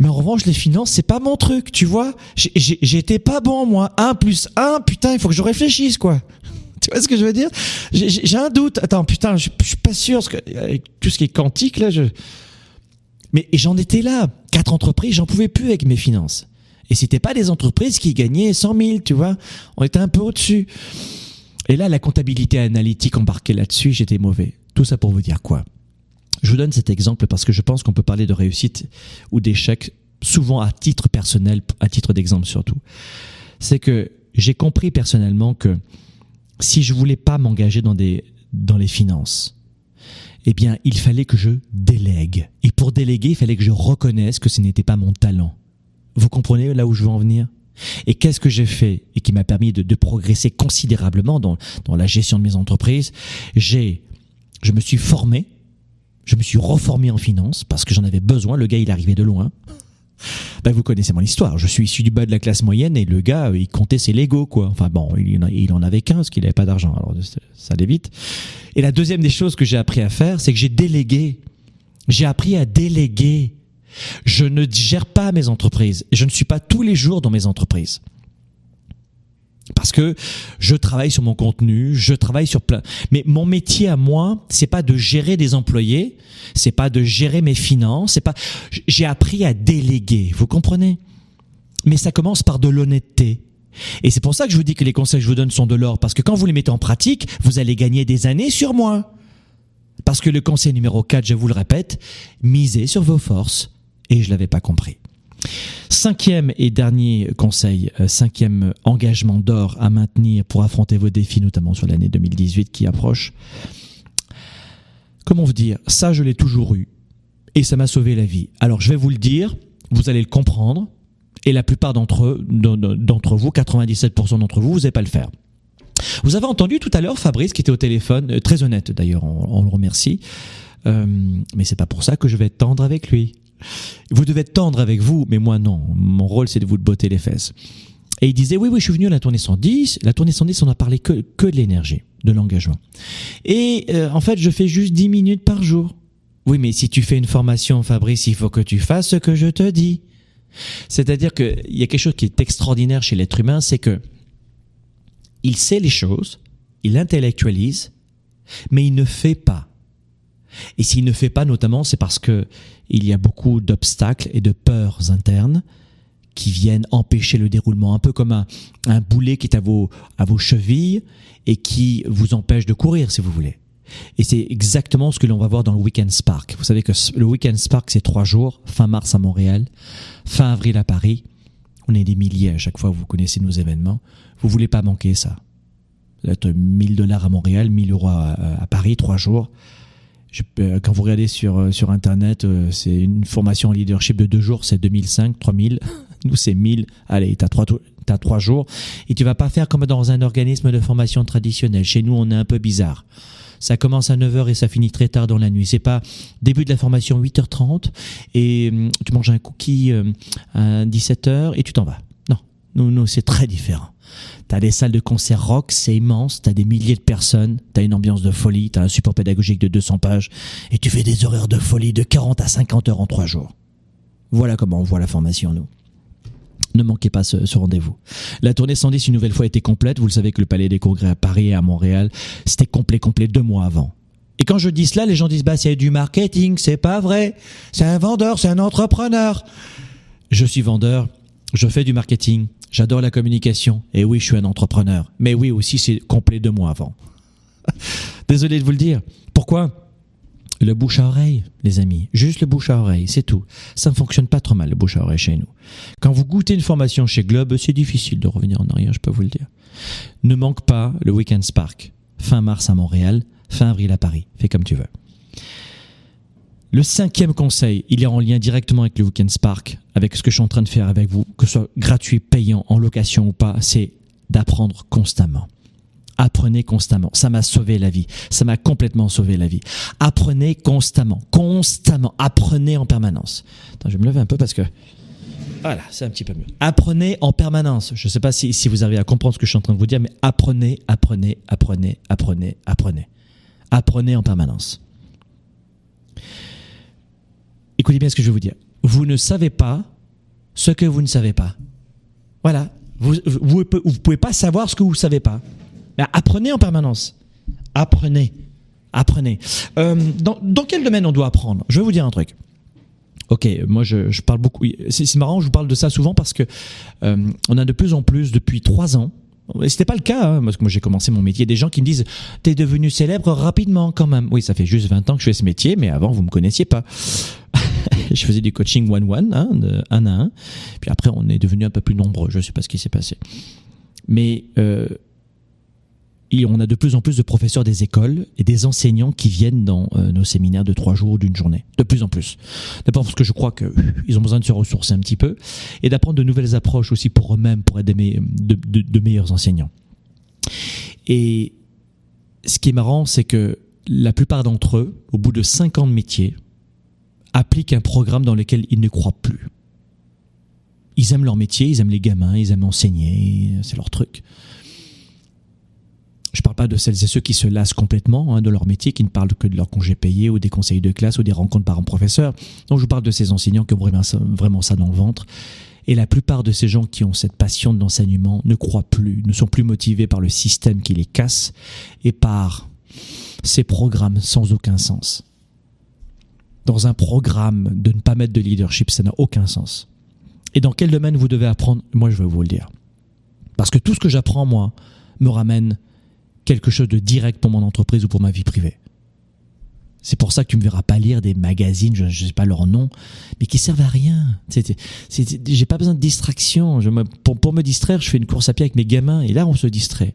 Mais en revanche, les finances, c'est pas mon truc, tu vois. J'ai, j'ai, j'étais pas bon, moi. Un plus un, putain, il faut que je réfléchisse, quoi. Tu vois ce que je veux dire? J'ai, j'ai un doute. Attends, putain, je, je suis pas sûr, parce que, avec tout ce qui est quantique, là, je... Mais j'en étais là. Quatre entreprises, j'en pouvais plus avec mes finances. Et c'était pas des entreprises qui gagnaient cent mille, tu vois. On était un peu au-dessus. Et là, la comptabilité analytique embarquée là-dessus, j'étais mauvais. Tout ça pour vous dire quoi? Je vous donne cet exemple parce que je pense qu'on peut parler de réussite ou d'échec souvent à titre personnel, à titre d'exemple surtout. C'est que j'ai compris personnellement que si je voulais pas m'engager dans des, dans les finances, eh bien, il fallait que je délègue. Et pour déléguer, il fallait que je reconnaisse que ce n'était pas mon talent. Vous comprenez là où je veux en venir? Et qu'est-ce que j'ai fait et qui m'a permis de, de progresser considérablement dans, dans la gestion de mes entreprises? J'ai, je me suis formé. Je me suis reformé en finance parce que j'en avais besoin. Le gars, il arrivait de loin. Ben, vous connaissez mon histoire. Je suis issu du bas de la classe moyenne et le gars, il comptait ses Legos, quoi. Enfin bon, il en, il en avait quinze parce qu'il n'avait pas d'argent. Alors, ça allait vite. Et la deuxième des choses que j'ai appris à faire, c'est que j'ai délégué. J'ai appris à déléguer. Je ne gère pas mes entreprises. Je ne suis pas tous les jours dans mes entreprises. Parce que je travaille sur mon contenu, je travaille sur plein. Mais mon métier à moi, c'est pas de gérer des employés, c'est pas de gérer mes finances, c'est pas. J'ai appris à déléguer, vous comprenez? Mais ça commence par de l'honnêteté. Et c'est pour ça que je vous dis que les conseils que je vous donne sont de l'or, parce que quand vous les mettez en pratique, vous allez gagner des années sur moi. Parce que le conseil numéro quatre, je vous le répète, misez sur vos forces. Et je l'avais pas compris. Cinquième et dernier conseil, euh, cinquième engagement d'or à maintenir pour affronter vos défis, notamment sur l'année deux mille dix-huit qui approche. Comment vous dire? Ça, je l'ai toujours eu. Et ça m'a sauvé la vie. Alors, je vais vous le dire, vous allez le comprendre. Et la plupart d'entre eux, d'entre vous, quatre-vingt-dix-sept pour cent d'entre vous, vous n'allez pas le faire. Vous avez entendu tout à l'heure Fabrice qui était au téléphone, euh, très honnête d'ailleurs, on, on le remercie. Euh, mais c'est pas pour ça que je vais être tendre avec lui. Vous devez être tendre avec vous, mais moi non. Mon rôle, c'est de vous botter les fesses. Et il disait, oui, oui, je suis venu à la tournée cent dix. La tournée cent dix, on a parlé que, que de l'énergie, de l'engagement. Et euh, en fait, je fais juste dix minutes par jour. Oui, mais si tu fais une formation, Fabrice, il faut que tu fasses ce que je te dis. C'est-à-dire qu'il y a quelque chose qui est extraordinaire chez l'être humain, c'est que il sait les choses, il intellectualise, mais il ne fait pas. Et s'il ne fait pas, notamment, c'est parce que il y a beaucoup d'obstacles et de peurs internes qui viennent empêcher le déroulement, un peu comme un, un boulet qui est à vos, à vos chevilles et qui vous empêche de courir, si vous voulez. Et c'est exactement ce que l'on va voir dans le Weekend Spark. Vous savez que le Weekend Spark, c'est trois jours, fin mars à Montréal, fin avril à Paris. On est des milliers à chaque fois, vous connaissez nos événements. Vous voulez pas manquer ça. Vous êtes mille dollars à Montréal, mille euros à, à Paris, trois jours. Je, quand vous regardez sur sur internet, euh, c'est une formation en leadership de deux jours, c'est deux mille cinq, trois mille. Nous c'est mille. Allez, t'as trois t'as trois jours et tu vas pas faire comme dans un organisme de formation traditionnel. Chez nous, on est un peu bizarre. Ça commence à neuf heures et ça finit très tard dans la nuit. C'est pas début de la formation huit heures trente et euh, tu manges un cookie euh, à dix-sept heures et tu t'en vas. Non, nous nous c'est très différent. T'as des salles de concert rock, c'est immense, t'as des milliers de personnes, t'as une ambiance de folie, t'as un support pédagogique de deux cents pages, et tu fais des horaires de folie de quarante à cinquante heures en trois jours. Voilà comment on voit la formation, nous. Ne manquez pas ce, ce rendez-vous. La tournée cent dix, une nouvelle fois, était complète. Vous le savez que le Palais des Congrès à Paris et à Montréal, c'était complet, complet deux mois avant. Et quand je dis cela, les gens disent, bah, c'est du marketing, c'est pas vrai. C'est un vendeur, c'est un entrepreneur. Je suis vendeur, je fais du marketing. J'adore la communication. Et oui, je suis un entrepreneur. Mais oui, aussi, c'est complet deux mois avant. Désolé de vous le dire. Pourquoi? Le bouche à oreille, les amis. Juste le bouche à oreille, c'est tout. Ça ne fonctionne pas trop mal, le bouche à oreille chez nous. Quand vous goûtez une formation chez Globe, c'est difficile de revenir en arrière, je peux vous le dire. Ne manque pas le Weekend Spark. Fin mars à Montréal, fin avril à Paris. Fais comme tu veux. Le cinquième conseil, il est en lien directement avec le Weekend Spark, avec ce que je suis en train de faire avec vous, que ce soit gratuit, payant, en location ou pas, c'est d'apprendre constamment. Apprenez constamment. Ça m'a sauvé la vie. Ça m'a complètement sauvé la vie. Apprenez constamment. Constamment. Apprenez en permanence. Attends, je vais me lever un peu parce que... Voilà, c'est un petit peu mieux. Apprenez en permanence. Je ne sais pas si, si vous arrivez à comprendre ce que je suis en train de vous dire, mais apprenez, apprenez, apprenez, apprenez, apprenez. Apprenez en permanence. Écoutez bien ce que je vais vous dire. Vous ne savez pas ce que vous ne savez pas. Voilà. Vous vous, vous pouvez pas savoir ce que vous savez pas. Mais apprenez en permanence. Apprenez. Apprenez. Euh, dans, dans quel domaine on doit apprendre ? Je vais vous dire un truc. Ok, moi je, je parle beaucoup. C'est, c'est marrant, je vous parle de ça souvent parce que euh, on a de plus en plus depuis trois ans. Et c'était pas le cas, hein, parce que moi j'ai commencé mon métier. Des gens qui me disent « T'es devenu célèbre rapidement quand même ». Oui, ça fait juste vingt ans que je fais ce métier, mais avant vous me connaissiez pas. Je faisais du coaching one-one, hein, de un à un. Puis après on est devenu un peu plus nombreux. Je sais pas ce qui s'est passé. Mais euh, et on a de plus en plus de professeurs des écoles et des enseignants qui viennent dans euh, nos séminaires de trois jours ou d'une journée. De plus en plus. D'abord parce que je crois qu'ils ont besoin de se ressourcer un petit peu et d'apprendre de nouvelles approches aussi pour eux-mêmes, pour être des me- de, de, de meilleurs enseignants. Et ce qui est marrant, c'est que la plupart d'entre eux, au bout de cinq ans de métier, appliquent un programme dans lequel ils ne croient plus. Ils aiment leur métier, ils aiment les gamins, ils aiment enseigner, c'est leur truc. Je ne parle pas de celles et ceux qui se lassent complètement hein, de leur métier, qui ne parlent que de leur congé payé ou des conseils de classe ou des rencontres parents-professeurs. Donc je vous parle de ces enseignants qui ont vraiment ça, vraiment ça dans le ventre. Et la plupart de ces gens qui ont cette passion de l'enseignement ne croient plus, ne sont plus motivés par le système qui les casse et par ces programmes sans aucun sens. Dans un programme de ne pas mettre de leadership, ça n'a aucun sens. Et dans quel domaine vous devez apprendre ? Moi, je vais vous le dire. Parce que tout ce que j'apprends, moi, me ramène quelque chose de direct pour mon entreprise ou pour ma vie privée. C'est pour ça que tu me verras pas lire des magazines, je ne sais pas leur nom, mais qui servent à rien. C'est, c'est, c'est, j'ai pas besoin de distraction. Je me, pour, pour me distraire, je fais une course à pied avec mes gamins et là, on se distrait.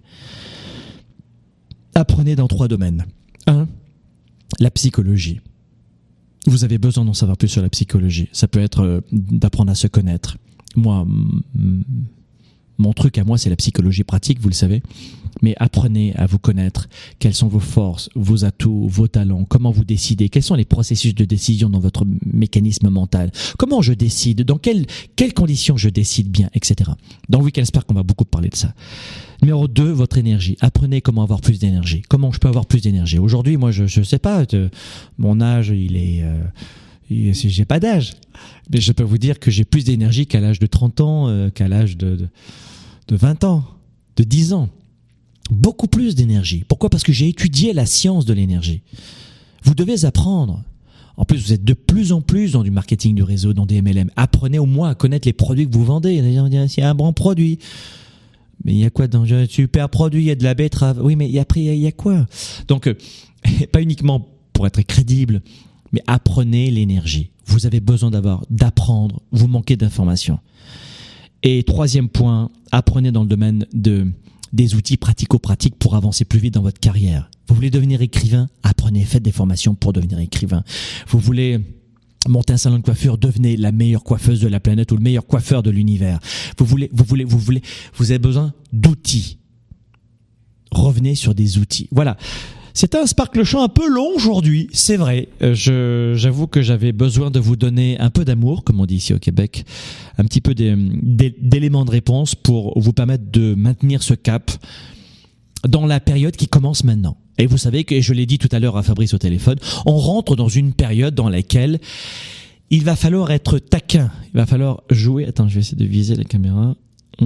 Apprenez dans trois domaines. Un, la psychologie. Vous avez besoin d'en savoir plus sur la psychologie. Ça peut être euh, d'apprendre à se connaître. Moi, m- mon truc à moi, c'est la psychologie pratique, vous le savez. Mais apprenez à vous connaître. Quelles sont vos forces, vos atouts, vos talents, comment vous décidez, quels sont les processus de décision dans votre mécanisme mental, comment je décide, dans quelles, quelles conditions je décide bien, et cetera. Dans le Weekend Spark, on va beaucoup parler de ça. Numéro deux, votre énergie. Apprenez comment avoir plus d'énergie. Comment je peux avoir plus d'énergie. Aujourd'hui, moi, je ne sais pas, de, mon âge, il est... Euh, il, j'ai pas d'âge. Mais je peux vous dire que j'ai plus d'énergie qu'à l'âge de trente ans, euh, qu'à l'âge de, de, de vingt ans, de dix ans. Beaucoup plus d'énergie. Pourquoi ? Parce que j'ai étudié la science de l'énergie. Vous devez apprendre. En plus, vous êtes de plus en plus dans du marketing du réseau, dans des M L M. Apprenez au moins à connaître les produits que vous vendez. Il y a un bon produit. Mais il y a quoi dans un super produit ? Il y a de la betterave. Oui, mais après, il y a quoi ? Donc, pas uniquement pour être crédible, mais apprenez l'énergie. Vous avez besoin d'avoir, d'apprendre. Vous manquez d'informations. Et troisième point, apprenez dans le domaine de des outils pratico-pratiques pour avancer plus vite dans votre carrière. Vous voulez devenir écrivain ? Apprenez, faites des formations pour devenir écrivain. Vous voulez monter un salon de coiffure ? Devenez la meilleure coiffeuse de la planète ou le meilleur coiffeur de l'univers. Vous voulez, vous voulez, vous voulez, vous avez besoin d'outils. Revenez sur des outils. Voilà. C'était un Spark le Show un peu long aujourd'hui, c'est vrai. Je, j'avoue que j'avais besoin de vous donner un peu d'amour, comme on dit ici au Québec, un petit peu des, des, d'éléments de réponse pour vous permettre de maintenir ce cap dans la période qui commence maintenant. Et vous savez que, je l'ai dit tout à l'heure à Fabrice au téléphone, on rentre dans une période dans laquelle il va falloir être taquin, il va falloir jouer. Attends, je vais essayer de viser la caméra.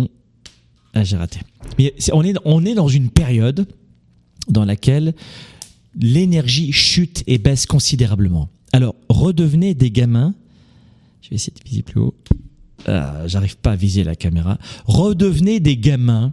Ah, j'ai raté. Mais on est, on est dans une période dans laquelle l'énergie chute et baisse considérablement. Alors, redevenez des gamins. Je vais essayer de viser plus haut. Ah, j'arrive pas à viser la caméra. Redevenez des gamins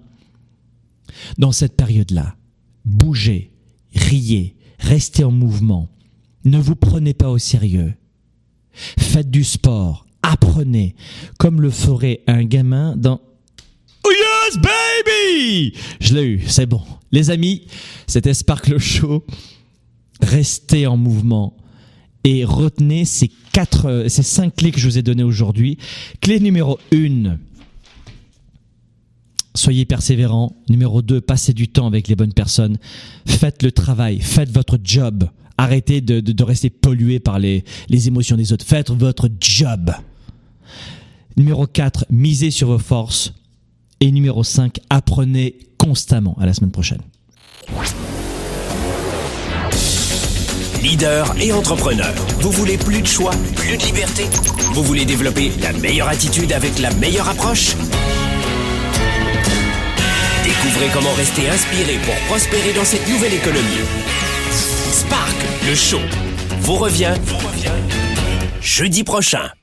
dans cette période-là. Bougez, riez, restez en mouvement. Ne vous prenez pas au sérieux. Faites du sport, apprenez, comme le ferait un gamin dans... Oh yes, baby! Je l'ai eu, c'est bon. Les amis, c'était Spark le Show. Restez en mouvement et retenez ces quatre, ces cinq clés que je vous ai données aujourd'hui. Clé numéro une, soyez persévérants. Numéro deux, passez du temps avec les bonnes personnes. Faites le travail, faites votre job. Arrêtez de, de, de rester pollué par les, les émotions des autres. Faites votre job. Numéro quatre, misez sur vos forces. Et numéro cinq, apprenez constamment. À la semaine prochaine. Leader et entrepreneur. Vous voulez plus de choix, plus de liberté? Vous voulez développer la meilleure attitude avec la meilleure approche? Découvrez comment rester inspiré pour prospérer dans cette nouvelle économie. Spark, le show, vous revient, vous revient jeudi prochain.